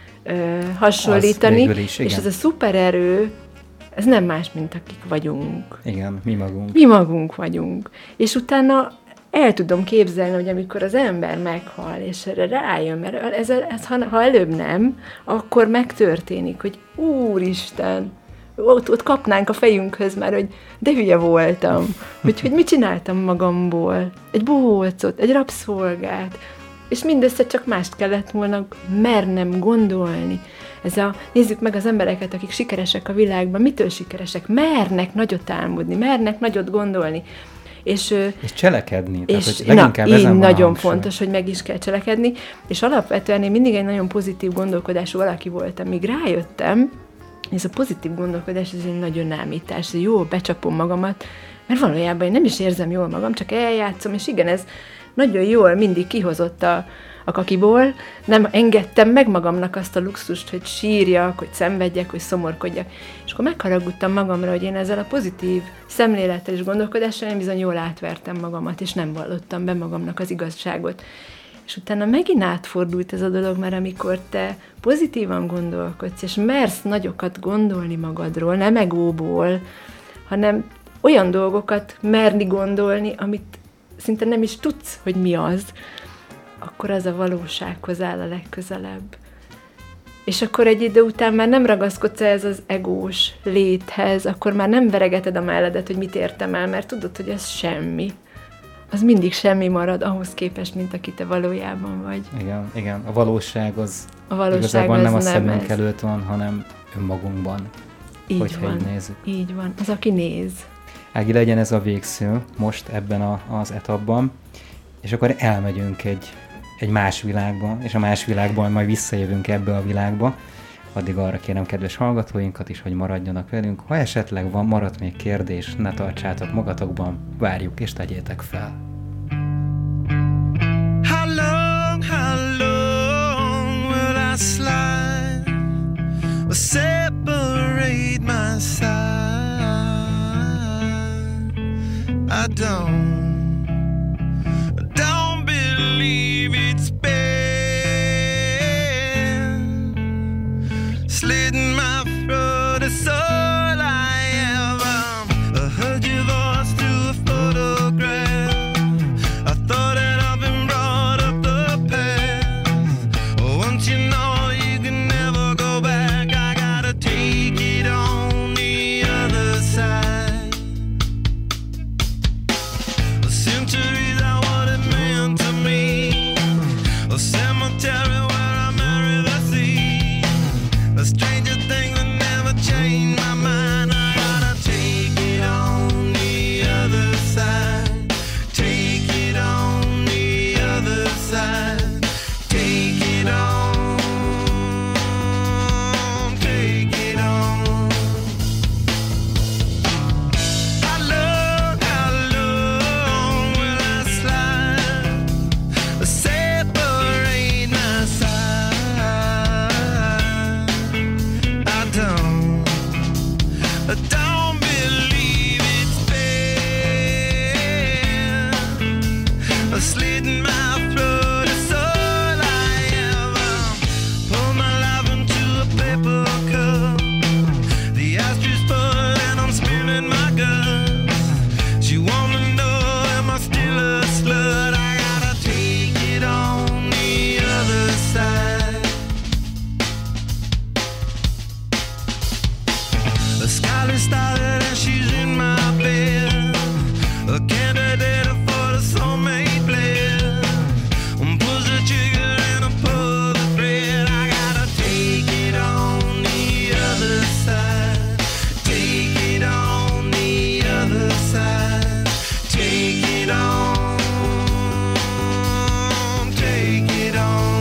C: hasonlítani, is, és ez a szupererő, ez nem más, mint akik vagyunk.
B: Igen, mi magunk.
C: Mi magunk vagyunk. És utána el tudom képzelni, hogy amikor az ember meghal, és erre rájön, mert ez ha előbb nem, akkor megtörténik, hogy Úristen, ott kapnánk a fejünkhöz már, hogy de hülye voltam, hogy mit csináltam magamból, egy bohócot, egy rabszolgát, és mindössze csak mást kellett volna mernem gondolni. Nézzük meg az embereket, akik sikeresek a világban, mitől sikeresek? Mernek nagyot álmodni, mernek nagyot gondolni. És
B: cselekedni.
C: És így nagyon fontos, hogy meg is kell cselekedni, és alapvetően én mindig egy nagyon pozitív gondolkodású valaki voltam, míg rájöttem, ez a pozitív gondolkodás, ez egy nagy önállítás, jól becsapom magamat, mert valójában én nem is érzem jól magam, csak eljátszom, és igen, ez nagyon jól mindig kihozott a kakiból, nem engedtem meg magamnak azt a luxust, hogy sírjak, hogy szenvedjek, hogy szomorkodjak. És akkor megharagudtam magamra, hogy én ezzel a pozitív szemlélettel és gondolkodással én bizony jól átvertem magamat, és nem vallottam be magamnak az igazságot. És utána megint átfordult ez a dolog, mert amikor te pozitívan gondolkodsz, és mersz nagyokat gondolni magadról, nem egóból, hanem olyan dolgokat merni gondolni, amit szinte nem is tudsz, hogy mi az, akkor az a valósághoz áll a legközelebb. És akkor egy idő után már nem ragaszkodsz ez az egós léthez, akkor már nem veregeted a melledet, hogy mit értem el, mert tudod, hogy ez semmi. Az mindig semmi marad ahhoz képest, mint aki te valójában vagy.
B: Igen. A valóság az
C: igazából
B: nem a szemünk előtt van, hanem önmagunkban.
C: Így van. Így van. Az, aki néz.
B: Ági, legyen ez a végszó most ebben az etapban, és akkor elmegyünk egy más világba, és a más világban majd visszajövünk ebbe a világba. Addig arra kérem kedves hallgatóinkat is, hogy maradjanak velünk. Ha esetleg maradt még kérdés, ne tartsátok magatokban, várjuk és tegyétek fel. How long will I slide or separate my side? I don't believe it's been slitting my throat, it's all I ever heard your voice through a photograph. I thought that I've been brought up the past. Once you know you can never go back, I gotta take it on the other side. Centuries are what it meant to me. A cemetery where I marry the sea. A stranger thing that never changed my mind.
D: started and she's in my bed. A candidate for the soulmate blend. Push the trigger and I pull the thread. I gotta take it on the other side. Take it on the other side. Take it on. Take it on.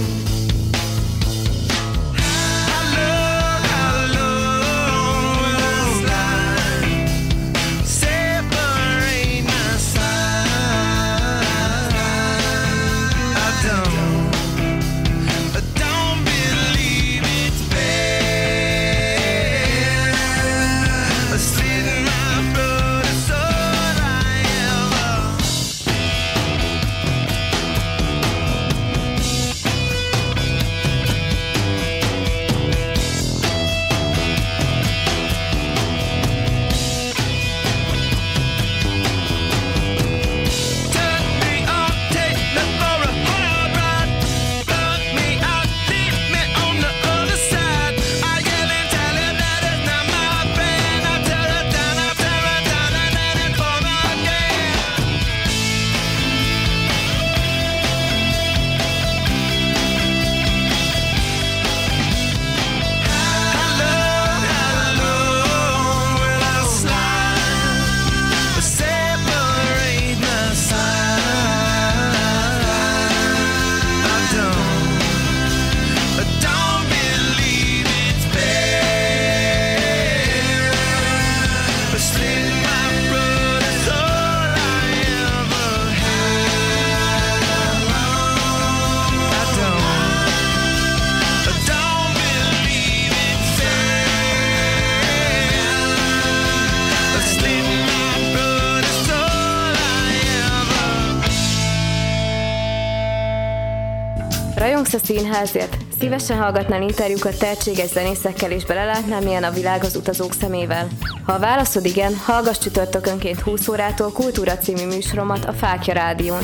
A: Rajongsz a színházért? Szívesen hallgatnál interjúkat tehetséges zenészekkel és belelátnál, milyen a világ az utazók szemével? Ha a válaszod igen, hallgass csütörtökönként 20 órától Kultúra című műsoromat a Fáklya Rádión.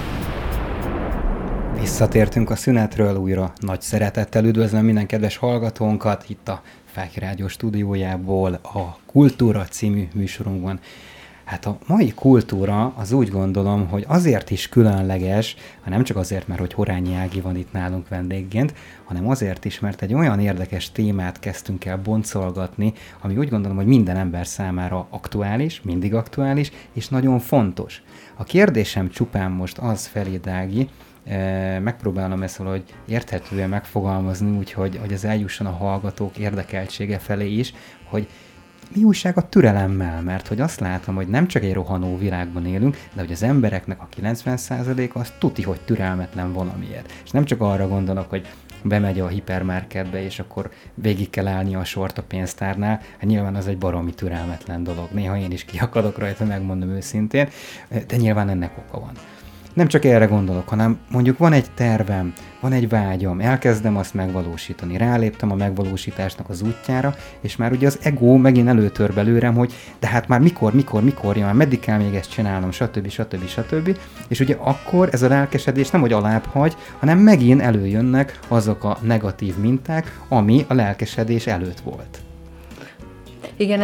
B: Visszatértünk a szünetről újra. Nagy szeretettel üdvözlöm minden kedves hallgatónkat itt a Fáklya Rádió stúdiójából a Kultúra című műsorunkban. Hát a mai kultúra az úgy gondolom, hogy azért is különleges, ha nem csak azért, mert hogy Horányi Ági van itt nálunk vendégként, hanem azért is, mert egy olyan érdekes témát kezdtünk el boncolgatni, ami úgy gondolom, hogy minden ember számára aktuális, mindig aktuális, és nagyon fontos. A kérdésem csupán most az felé, Ági, megpróbálom ezt valahogy érthetően megfogalmazni, úgyhogy hogy ez eljusson a hallgatók érdekeltsége felé is, hogy mi újság a türelemmel? Mert hogy azt látom, hogy nem csak egy rohanó világban élünk, de hogy az embereknek a 90%-a az tuti, hogy türelmetlen valamiért. És nem csak arra gondolok, hogy bemegy a hipermarketbe, és akkor végig kell állni a sort a pénztárnál. Hát nyilván az egy baromi türelmetlen dolog. Néha én is kiakadok rajta, megmondom őszintén, de nyilván ennek oka van. Nem csak erre gondolok, hanem mondjuk van egy tervem, van egy vágyam, elkezdem azt megvalósítani, ráléptem a megvalósításnak az útjára, és már ugye az ego megint előtör belőlem, hogy de hát már mikor, már meddig kell még ezt csinálnom, stb. És ugye akkor ez a lelkesedés nem hogy alább hagy, hanem megint előjönnek azok a negatív minták, ami a lelkesedés előtt volt.
C: Igen,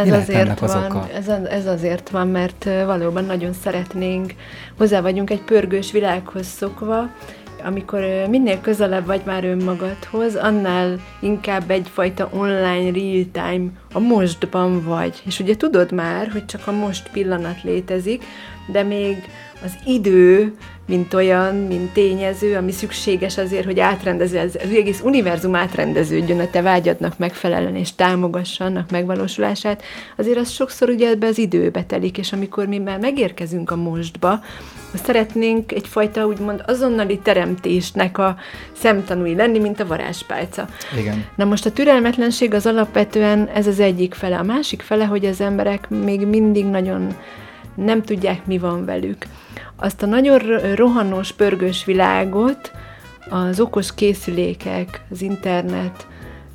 C: ez azért van, mert valóban nagyon szeretnénk, hozzá vagyunk egy pörgős világhoz szokva, amikor minél közelebb vagy már önmagadhoz, annál inkább egyfajta online real-time, a mostban vagy. És ugye tudod már, hogy csak a most pillanat létezik, de még az idő, mint olyan, mint tényező, ami szükséges azért, hogy átrendező, az egész univerzum átrendeződjön a te vágyadnak megfelelően, és támogassa annak megvalósulását, azért az sokszor ugye ebbe az időbe telik, és amikor mi már megérkezünk a mostba, szeretnénk egyfajta úgymond azonnali teremtésnek a szemtanúi lenni, mint a varázspálca.
B: Igen.
C: Na most a türelmetlenség az alapvetően ez az egyik fele. A másik fele, hogy az emberek még mindig nagyon nem tudják, mi van velük. Azt a nagyon rohanós, pörgős világot az okos készülékek, az internet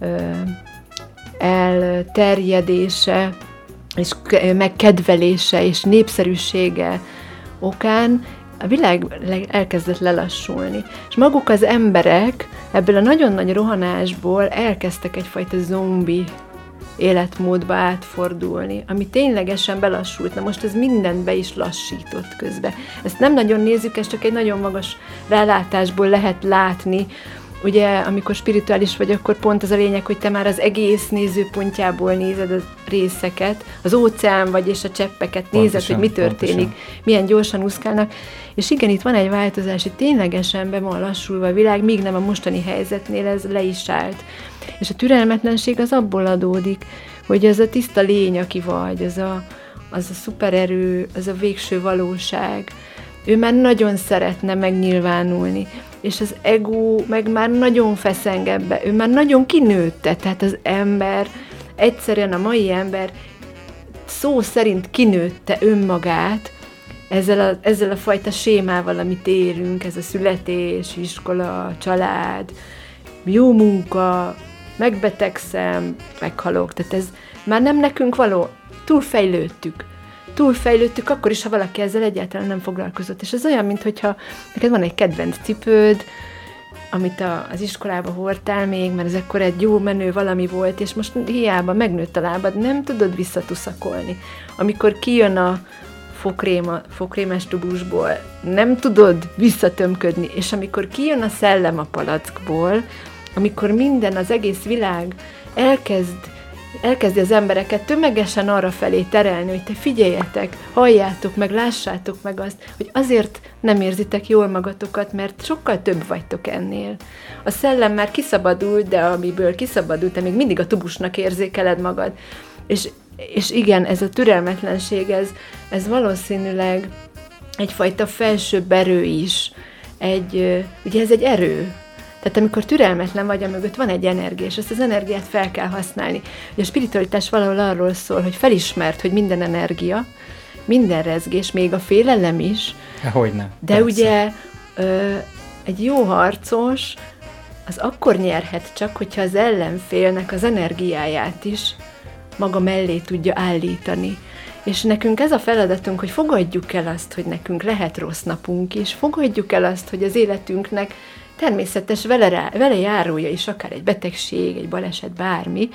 C: elterjedése, és megkedvelése és népszerűsége okán a világ elkezdett lelassulni. És maguk az emberek ebből a nagyon nagy rohanásból elkezdtek egyfajta zombi életmódba átfordulni, ami ténylegesen belassult. Na most ez mindent be is lassított közben. Ezt nem nagyon nézzük, ezt csak egy nagyon magas rálátásból lehet látni. Ugye, amikor spirituális vagy, akkor pont az a lényeg, hogy te már az egész nézőpontjából nézed a részeket, az óceán vagy és a cseppeket nézed, pontosan, hogy mi történik, pontosan. Milyen gyorsan úszkálnak. És igen, itt van egy változás, hogy ténylegesen be van lassulva a világ, míg nem a mostani helyzetnél ez le is állt. És a türelmetlenség az abból adódik, hogy ez a tiszta lény, aki vagy, az a szupererő, az a végső valóság, ő már nagyon szeretne megnyilvánulni, és az ego meg már nagyon feszeng ebbe, ő már nagyon kinőtte, tehát az ember, egyszerűen a mai ember szó szerint kinőtte önmagát ezzel a fajta sémával, amit élünk, ez a születés, iskola, család, jó munka, megbetegszem, meghalok, tehát ez már nem nekünk való, túlfejlődtük, akkor is, ha valaki ezzel egyáltalán nem foglalkozott. És ez olyan, mintha neked van egy kedvenc cipőd, amit az iskolába hordtál még, mert ez akkor egy jó menő valami volt, és most hiába megnőtt a lábad, nem tudod visszatuszakolni. Amikor kijön a fokrémes tubusból, nem tudod visszatömködni, és amikor kijön a szellem a palackból, amikor minden, az egész világ elkezdi az embereket tömegesen arra felé terelni, hogy te figyeljetek, halljátok meg, lássátok meg azt, hogy azért nem érzitek jól magatokat, mert sokkal több vagytok ennél. A szellem már kiszabadult, de amiből kiszabadult, te még mindig a tubusnak érzékeled magad. És igen, ez a türelmetlenség, ez valószínűleg egyfajta felsőbb erő is. Ugye ez egy erő. Tehát amikor türelmetlen vagy, amögött van egy energia, és ezt az energiát fel kell használni. Ugye a spiritualitás valahol arról szól, hogy felismert, hogy minden energia, minden rezgés, még a félelem is.
B: Hogyne.
C: De persze. Ugye egy jó harcos az akkor nyerhet csak, hogyha az ellenfélnek az energiáját is maga mellé tudja állítani. És nekünk ez a feladatunk, hogy fogadjuk el azt, hogy nekünk lehet rossz napunk is, fogadjuk el azt, hogy az életünknek természetes vele járója is, akár egy betegség, egy baleset, bármi,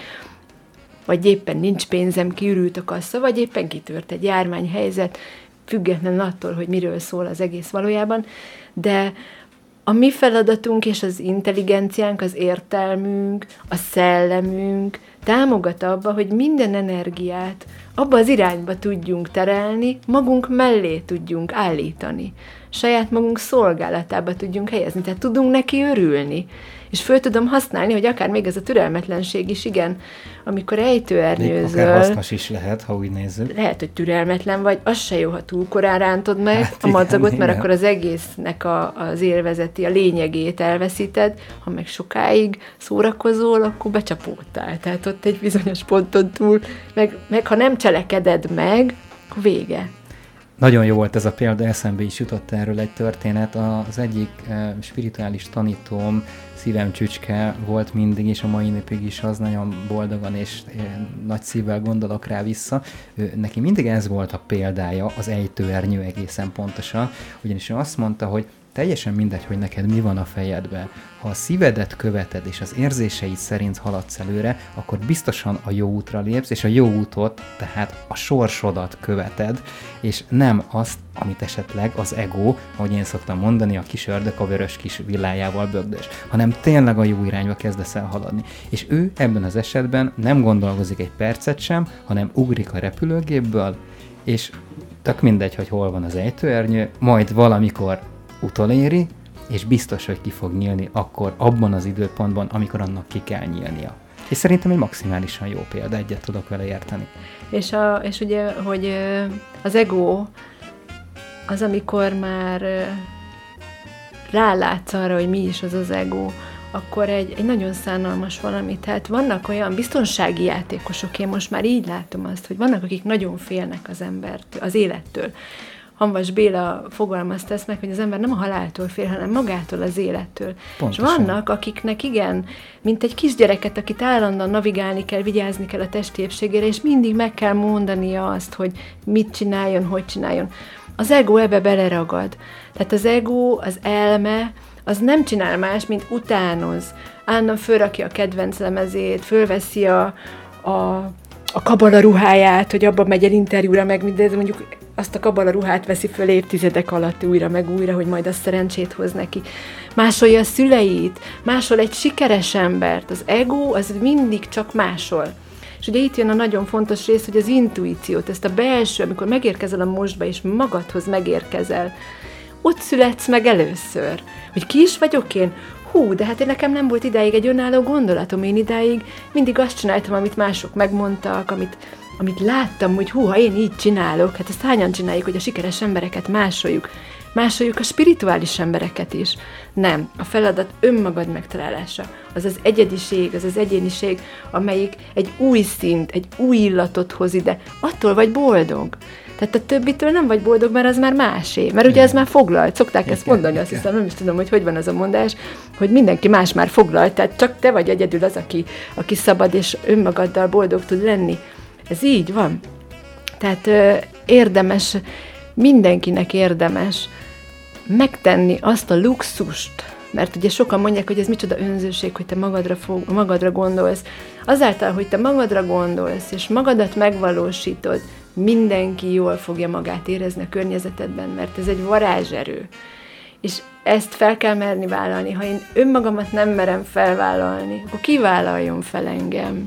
C: vagy éppen nincs pénzem, kiürült a kassa, vagy éppen kitört egy járványhelyzet, független attól, hogy miről szól az egész valójában, de a mi feladatunk és az intelligenciánk, az értelmünk, a szellemünk támogat abba, hogy minden energiát abba az irányba tudjunk terelni, magunk mellé tudjunk állítani, saját magunk szolgálatába tudjunk helyezni, tehát tudunk neki örülni, és föl tudom használni, hogy akár még ez a türelmetlenség is, igen, amikor ejtőernyőzöl.
B: Akár hasznos is lehet, ha úgy nézzük.
C: Lehet, hogy türelmetlen vagy, az se jó, ha túl korán rántod meg a madzagot, mert akkor az egésznek az élvezeti, a lényegét elveszíted, ha meg sokáig szórakozol, akkor becsapódtál. Tehát ott egy bizonyos ponton túl, meg ha nem cselekeded meg, akkor vége.
B: Nagyon jó volt ez a példa, eszembe is jutott erről egy történet. Az egyik spirituális tanítóm, szívem csücske volt mindig, és a mai napig is az, nagyon boldogan és nagy szívvel gondolok rá vissza. Neki mindig ez volt a példája, az ejtőernyő egészen pontosan, ugyanis ő azt mondta, hogy teljesen mindegy, hogy neked mi van a fejedben. Ha a szívedet követed, és az érzéseid szerint haladsz előre, akkor biztosan a jó útra lépsz, és a jó útot, tehát a sorsodat követed, és nem azt, amit esetleg az ego, ahogy én szoktam mondani, a kis ördög a vörös kis villájával bögdös, hanem tényleg a jó irányba kezdesz el haladni. És ő ebben az esetben nem gondolkozik egy percet sem, hanem ugrik a repülőgépből, és tök mindegy, hogy hol van az ejtőernyő, majd valamikor utoléri, és biztos, hogy ki fog nyílni akkor abban az időpontban, amikor annak ki kell nyílnia. És szerintem egy maximálisan jó példa, egyet tudok vele érteni.
C: És ugye, hogy az ego az, amikor már rálátsz arra, hogy mi is az ego, akkor egy nagyon szánalmas valami. Tehát vannak olyan biztonsági játékosok, én most már így látom azt, hogy vannak, akik nagyon félnek az élettől. Hamvas Béla fogalmazta ezt meg, hogy az ember nem a haláltól fél, hanem magától, az élettől. Pontosan. És vannak, akiknek igen, mint egy kisgyereket, akit állandóan navigálni kell, vigyázni kell a testi épségére, és mindig meg kell mondania azt, hogy mit csináljon, hogy csináljon. Az ego ebbe beleragad. Tehát az ego, az elme, az nem csinál más, mint utánoz. Állandóan fölrakja a kedvenc lemezét, fölveszi a a kabala ruháját, hogy abban megy el interjúra, meg minden, de mondjuk azt a kabala ruhát veszi föl évtizedek alatt újra, meg újra, hogy majd az szerencsét hoz neki. Másolja a szüleit, másol egy sikeres embert. Az ego az mindig csak másol. És ugye itt jön a nagyon fontos rész, hogy az intuíciót, ezt a belső, amikor megérkezel a mostba, és magadhoz megérkezel, ott születsz meg először. Hogy ki is vagyok én? De hát nekem nem volt idáig egy önálló gondolatom, én idáig mindig azt csináltam, amit mások megmondtak, amit láttam, hogy ha én így csinálok, hát ezt hányan csináljuk, hogy a sikeres embereket másoljuk. Másoljuk a spirituális embereket is. Nem, a feladat önmagad megtalálása. Az az egyediség, az az egyéniség, amelyik egy új szint, egy új illatot hoz ide. Attól vagy boldog. Tehát a többitől nem vagy boldog, mert az már másé. Mert ugye ez már foglalt. Szokták ezt mondani, azt hiszem, nem is tudom, hogy van az a mondás, hogy mindenki más már foglalt, tehát csak te vagy egyedül az, aki szabad és önmagaddal boldog tud lenni. Ez így van. Tehát érdemes, mindenkinek érdemes megtenni azt a luxust, mert ugye sokan mondják, hogy ez micsoda önzőség, hogy te magadra gondolsz. Azáltal, hogy te magadra gondolsz, és magadat megvalósítod, mindenki jól fogja magát érezni a környezetedben, mert ez egy varázserő. És ezt fel kell merni vállalni. Ha én önmagamat nem merem felvállalni, akkor ki vállaljon fel engem?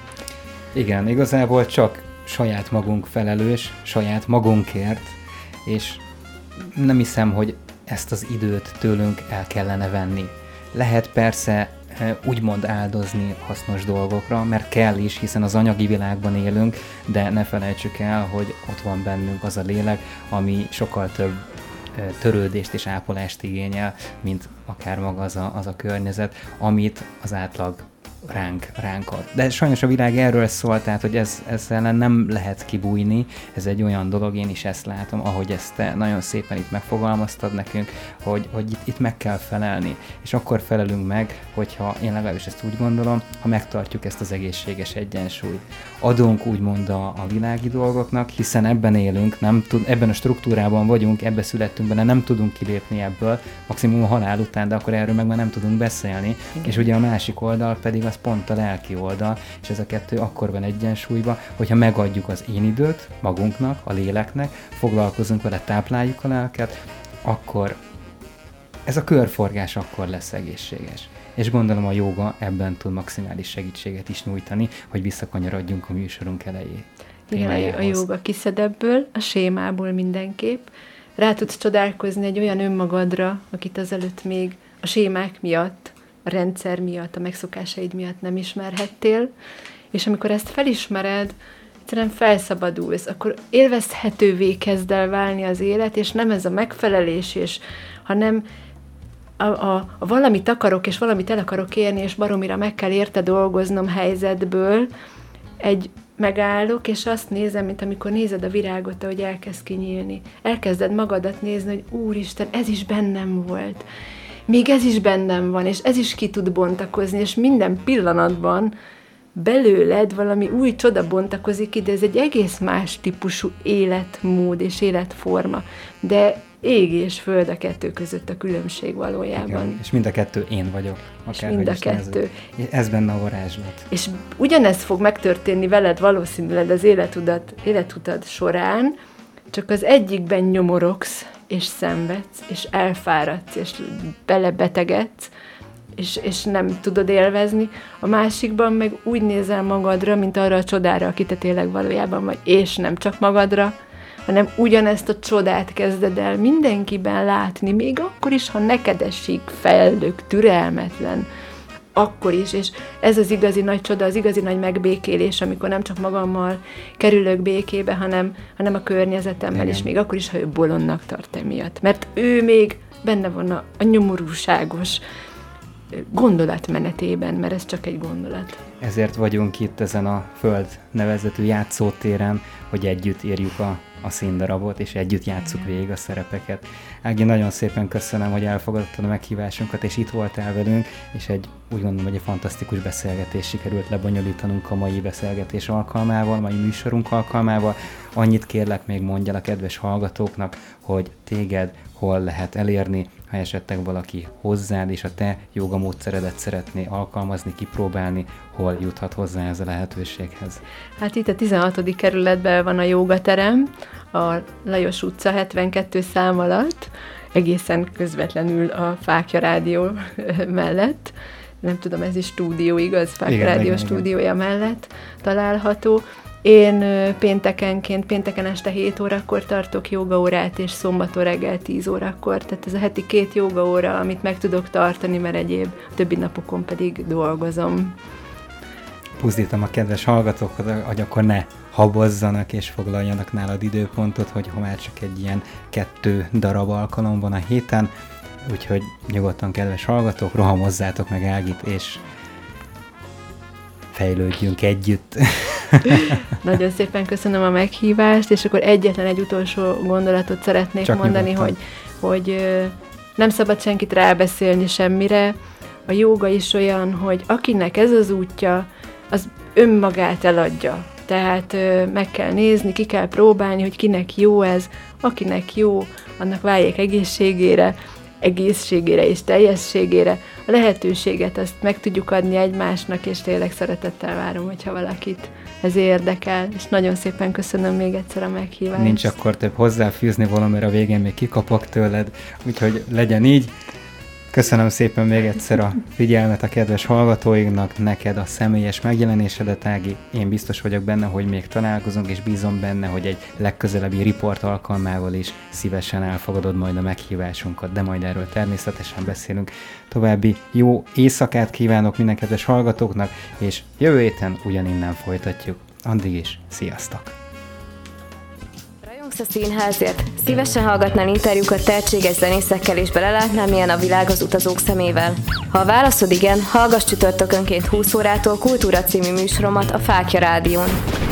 B: Igen, igazából csak saját magunk felelős, saját magunkért, és nem hiszem, hogy ezt az időt tőlünk el kellene venni. Lehet persze úgymond áldozni hasznos dolgokra, mert kell is, hiszen az anyagi világban élünk, de ne felejtsük el, hogy ott van bennünk az a lélek, ami sokkal több törődést és ápolást igényel, mint akár maga az a környezet, amit az átlag ránk ad. De sajnos a világ erről szól, tehát, hogy ezzel nem lehet kibújni, ez egy olyan dolog, én is ezt látom, ahogy ezt te nagyon szépen itt megfogalmaztad nekünk, hogy itt meg kell felelni, és akkor felelünk meg, hogyha én legalábbis ezt úgy gondolom, ha megtartjuk ezt az egészséges egyensúlyt. Adunk úgymond a világi dolgoknak, hiszen ebben élünk, ebben a struktúrában vagyunk, ebbe születtünk benne, nem tudunk kilépni ebből, maximum a halál után, de akkor erről meg már nem tudunk beszélni, és ugye a másik oldal pedig az pont a lelki oldal, és ez a kettő akkor van egyensúlyban, hogyha megadjuk az én időt magunknak, a léleknek, foglalkozunk vele, tápláljuk a lelket, akkor ez a körforgás akkor lesz egészséges. És gondolom a jóga ebben tud maximális segítséget is nyújtani, hogy visszakanyarodjunk a műsorunk elejé.
C: Igen, a jóga kiszed ebből, a sémából mindenképp. Rá tudsz csodálkozni egy olyan önmagadra, akit azelőtt még a sémák miatt, a rendszer miatt, a megszokásaid miatt nem ismerhettél, és amikor ezt felismered, egyszerűen felszabadulsz, akkor élvezhetővé kezd el válni az élet, és nem ez a megfelelés, hanem a valamit akarok, és valamit el akarok érni, és baromira meg kell érte dolgoznom helyzetből, megállok, és azt nézem, mint amikor nézed a virágot, ahogy elkezd kinyílni. Elkezded magadat nézni, hogy Úristen, ez is bennem volt. Még ez is bennem van, és ez is ki tud bontakozni, és minden pillanatban belőled valami új csoda bontakozik ide, ez egy egész más típusú életmód és életforma. De ég és föld a kettő között a különbség valójában.
B: Igen, és mind a kettő én vagyok.
C: És mind a kettő.
B: Ez benne a varázslat.
C: És ugyanez fog megtörténni veled valószínűleg az életutad során, csak az egyikben nyomorogsz, és szenvedsz, és elfáradsz, és belebetegedsz, és nem tudod élvezni. A másikban meg úgy nézel magadra, mint arra a csodára, aki te tényleg valójában vagy, és nem csak magadra, hanem ugyanezt a csodát kezded el mindenkiben látni, még akkor is, ha neked esik, feldög, türelmetlen, akkor is, és ez az igazi nagy csoda, az igazi nagy megbékélés, amikor nem csak magammal kerülök békébe, hanem a környezetemmel, és még akkor is, ha ő bolondnak tart emiatt. Mert ő még benne van a nyomorúságos gondolatmenetében, mert ez csak egy gondolat.
B: Ezért vagyunk itt ezen a Föld nevezetű játszótéren, hogy együtt érjük a színdarabot, és együtt játsszuk végig a szerepeket. Ági, nagyon szépen köszönöm, hogy elfogadtad a meghívásunkat, és itt voltál velünk, és úgy gondolom, hogy egy fantasztikus beszélgetés sikerült lebonyolítanunk a mai beszélgetés alkalmával, mai műsorunk alkalmával. Annyit kérlek még mondjál a kedves hallgatóknak, hogy téged hol lehet elérni, ha ha esetleg valaki hozzád és a te jóga módszeredet szeretné alkalmazni, kipróbálni, hol juthat hozzá ez a lehetőséghez?
C: Hát itt a 16. kerületben van a jógaterem, a Lajos utca 72 szám alatt, egészen közvetlenül a Fáklya Rádió mellett. Nem tudom, ez is stúdió, igaz? Fáklya Rádió stúdiója mellett található. Én pénteken este 7 órakor tartok jogaórát, és szombaton reggel 10 órakor. Tehát ez a heti 2 jogaóra, amit meg tudok tartani, mert egyéb többi napokon pedig dolgozom.
B: Puzdítom a kedves hallgatókat, hogy akkor ne habozzanak és foglaljanak nálad időpontot, hogy ha már csak egy ilyen 2 darab alkalom van a héten, úgyhogy nyugodtan, kedves hallgatók, rohamozzátok meg Ágit, és fejlődjünk együtt.
C: Nagyon szépen köszönöm a meghívást, és akkor egyetlen egy utolsó gondolatot szeretnék csak mondani, hogy nem szabad senkit rábeszélni semmire. A jóga is olyan, hogy akinek ez az útja, az önmagát eladja. Tehát meg kell nézni, ki kell próbálni, hogy kinek jó ez, akinek jó, annak váljék egészségére és teljességére. A lehetőséget azt meg tudjuk adni egymásnak, és tényleg szeretettel várom, hogyha valakit ez érdekel, és nagyon szépen köszönöm még egyszer a meghívást.
B: Nincs akkor több hozzáfűzni valamire, a végén még kikapok tőled, úgyhogy legyen így. Köszönöm szépen még egyszer a figyelmet a kedves hallgatóinknak, neked a személyes megjelenésedet, Ági. Én biztos vagyok benne, hogy még találkozunk, és bízom benne, hogy egy legközelebbi riport alkalmával is szívesen elfogadod majd a meghívásunkat, de majd erről természetesen beszélünk. További jó éjszakát kívánok minden kedves hallgatóknak, és jövő héten ugyaninnen folytatjuk. Addig is, sziasztok!
A: A színházért. Szívesen hallgatnál interjúkat tehetséges zenészekkel, és belelátnál, milyen a világ az utazók szemével. Ha a válaszod igen, hallgass csütörtökönként 20 órától Kultúra című műsoromat a Fáklya Rádión.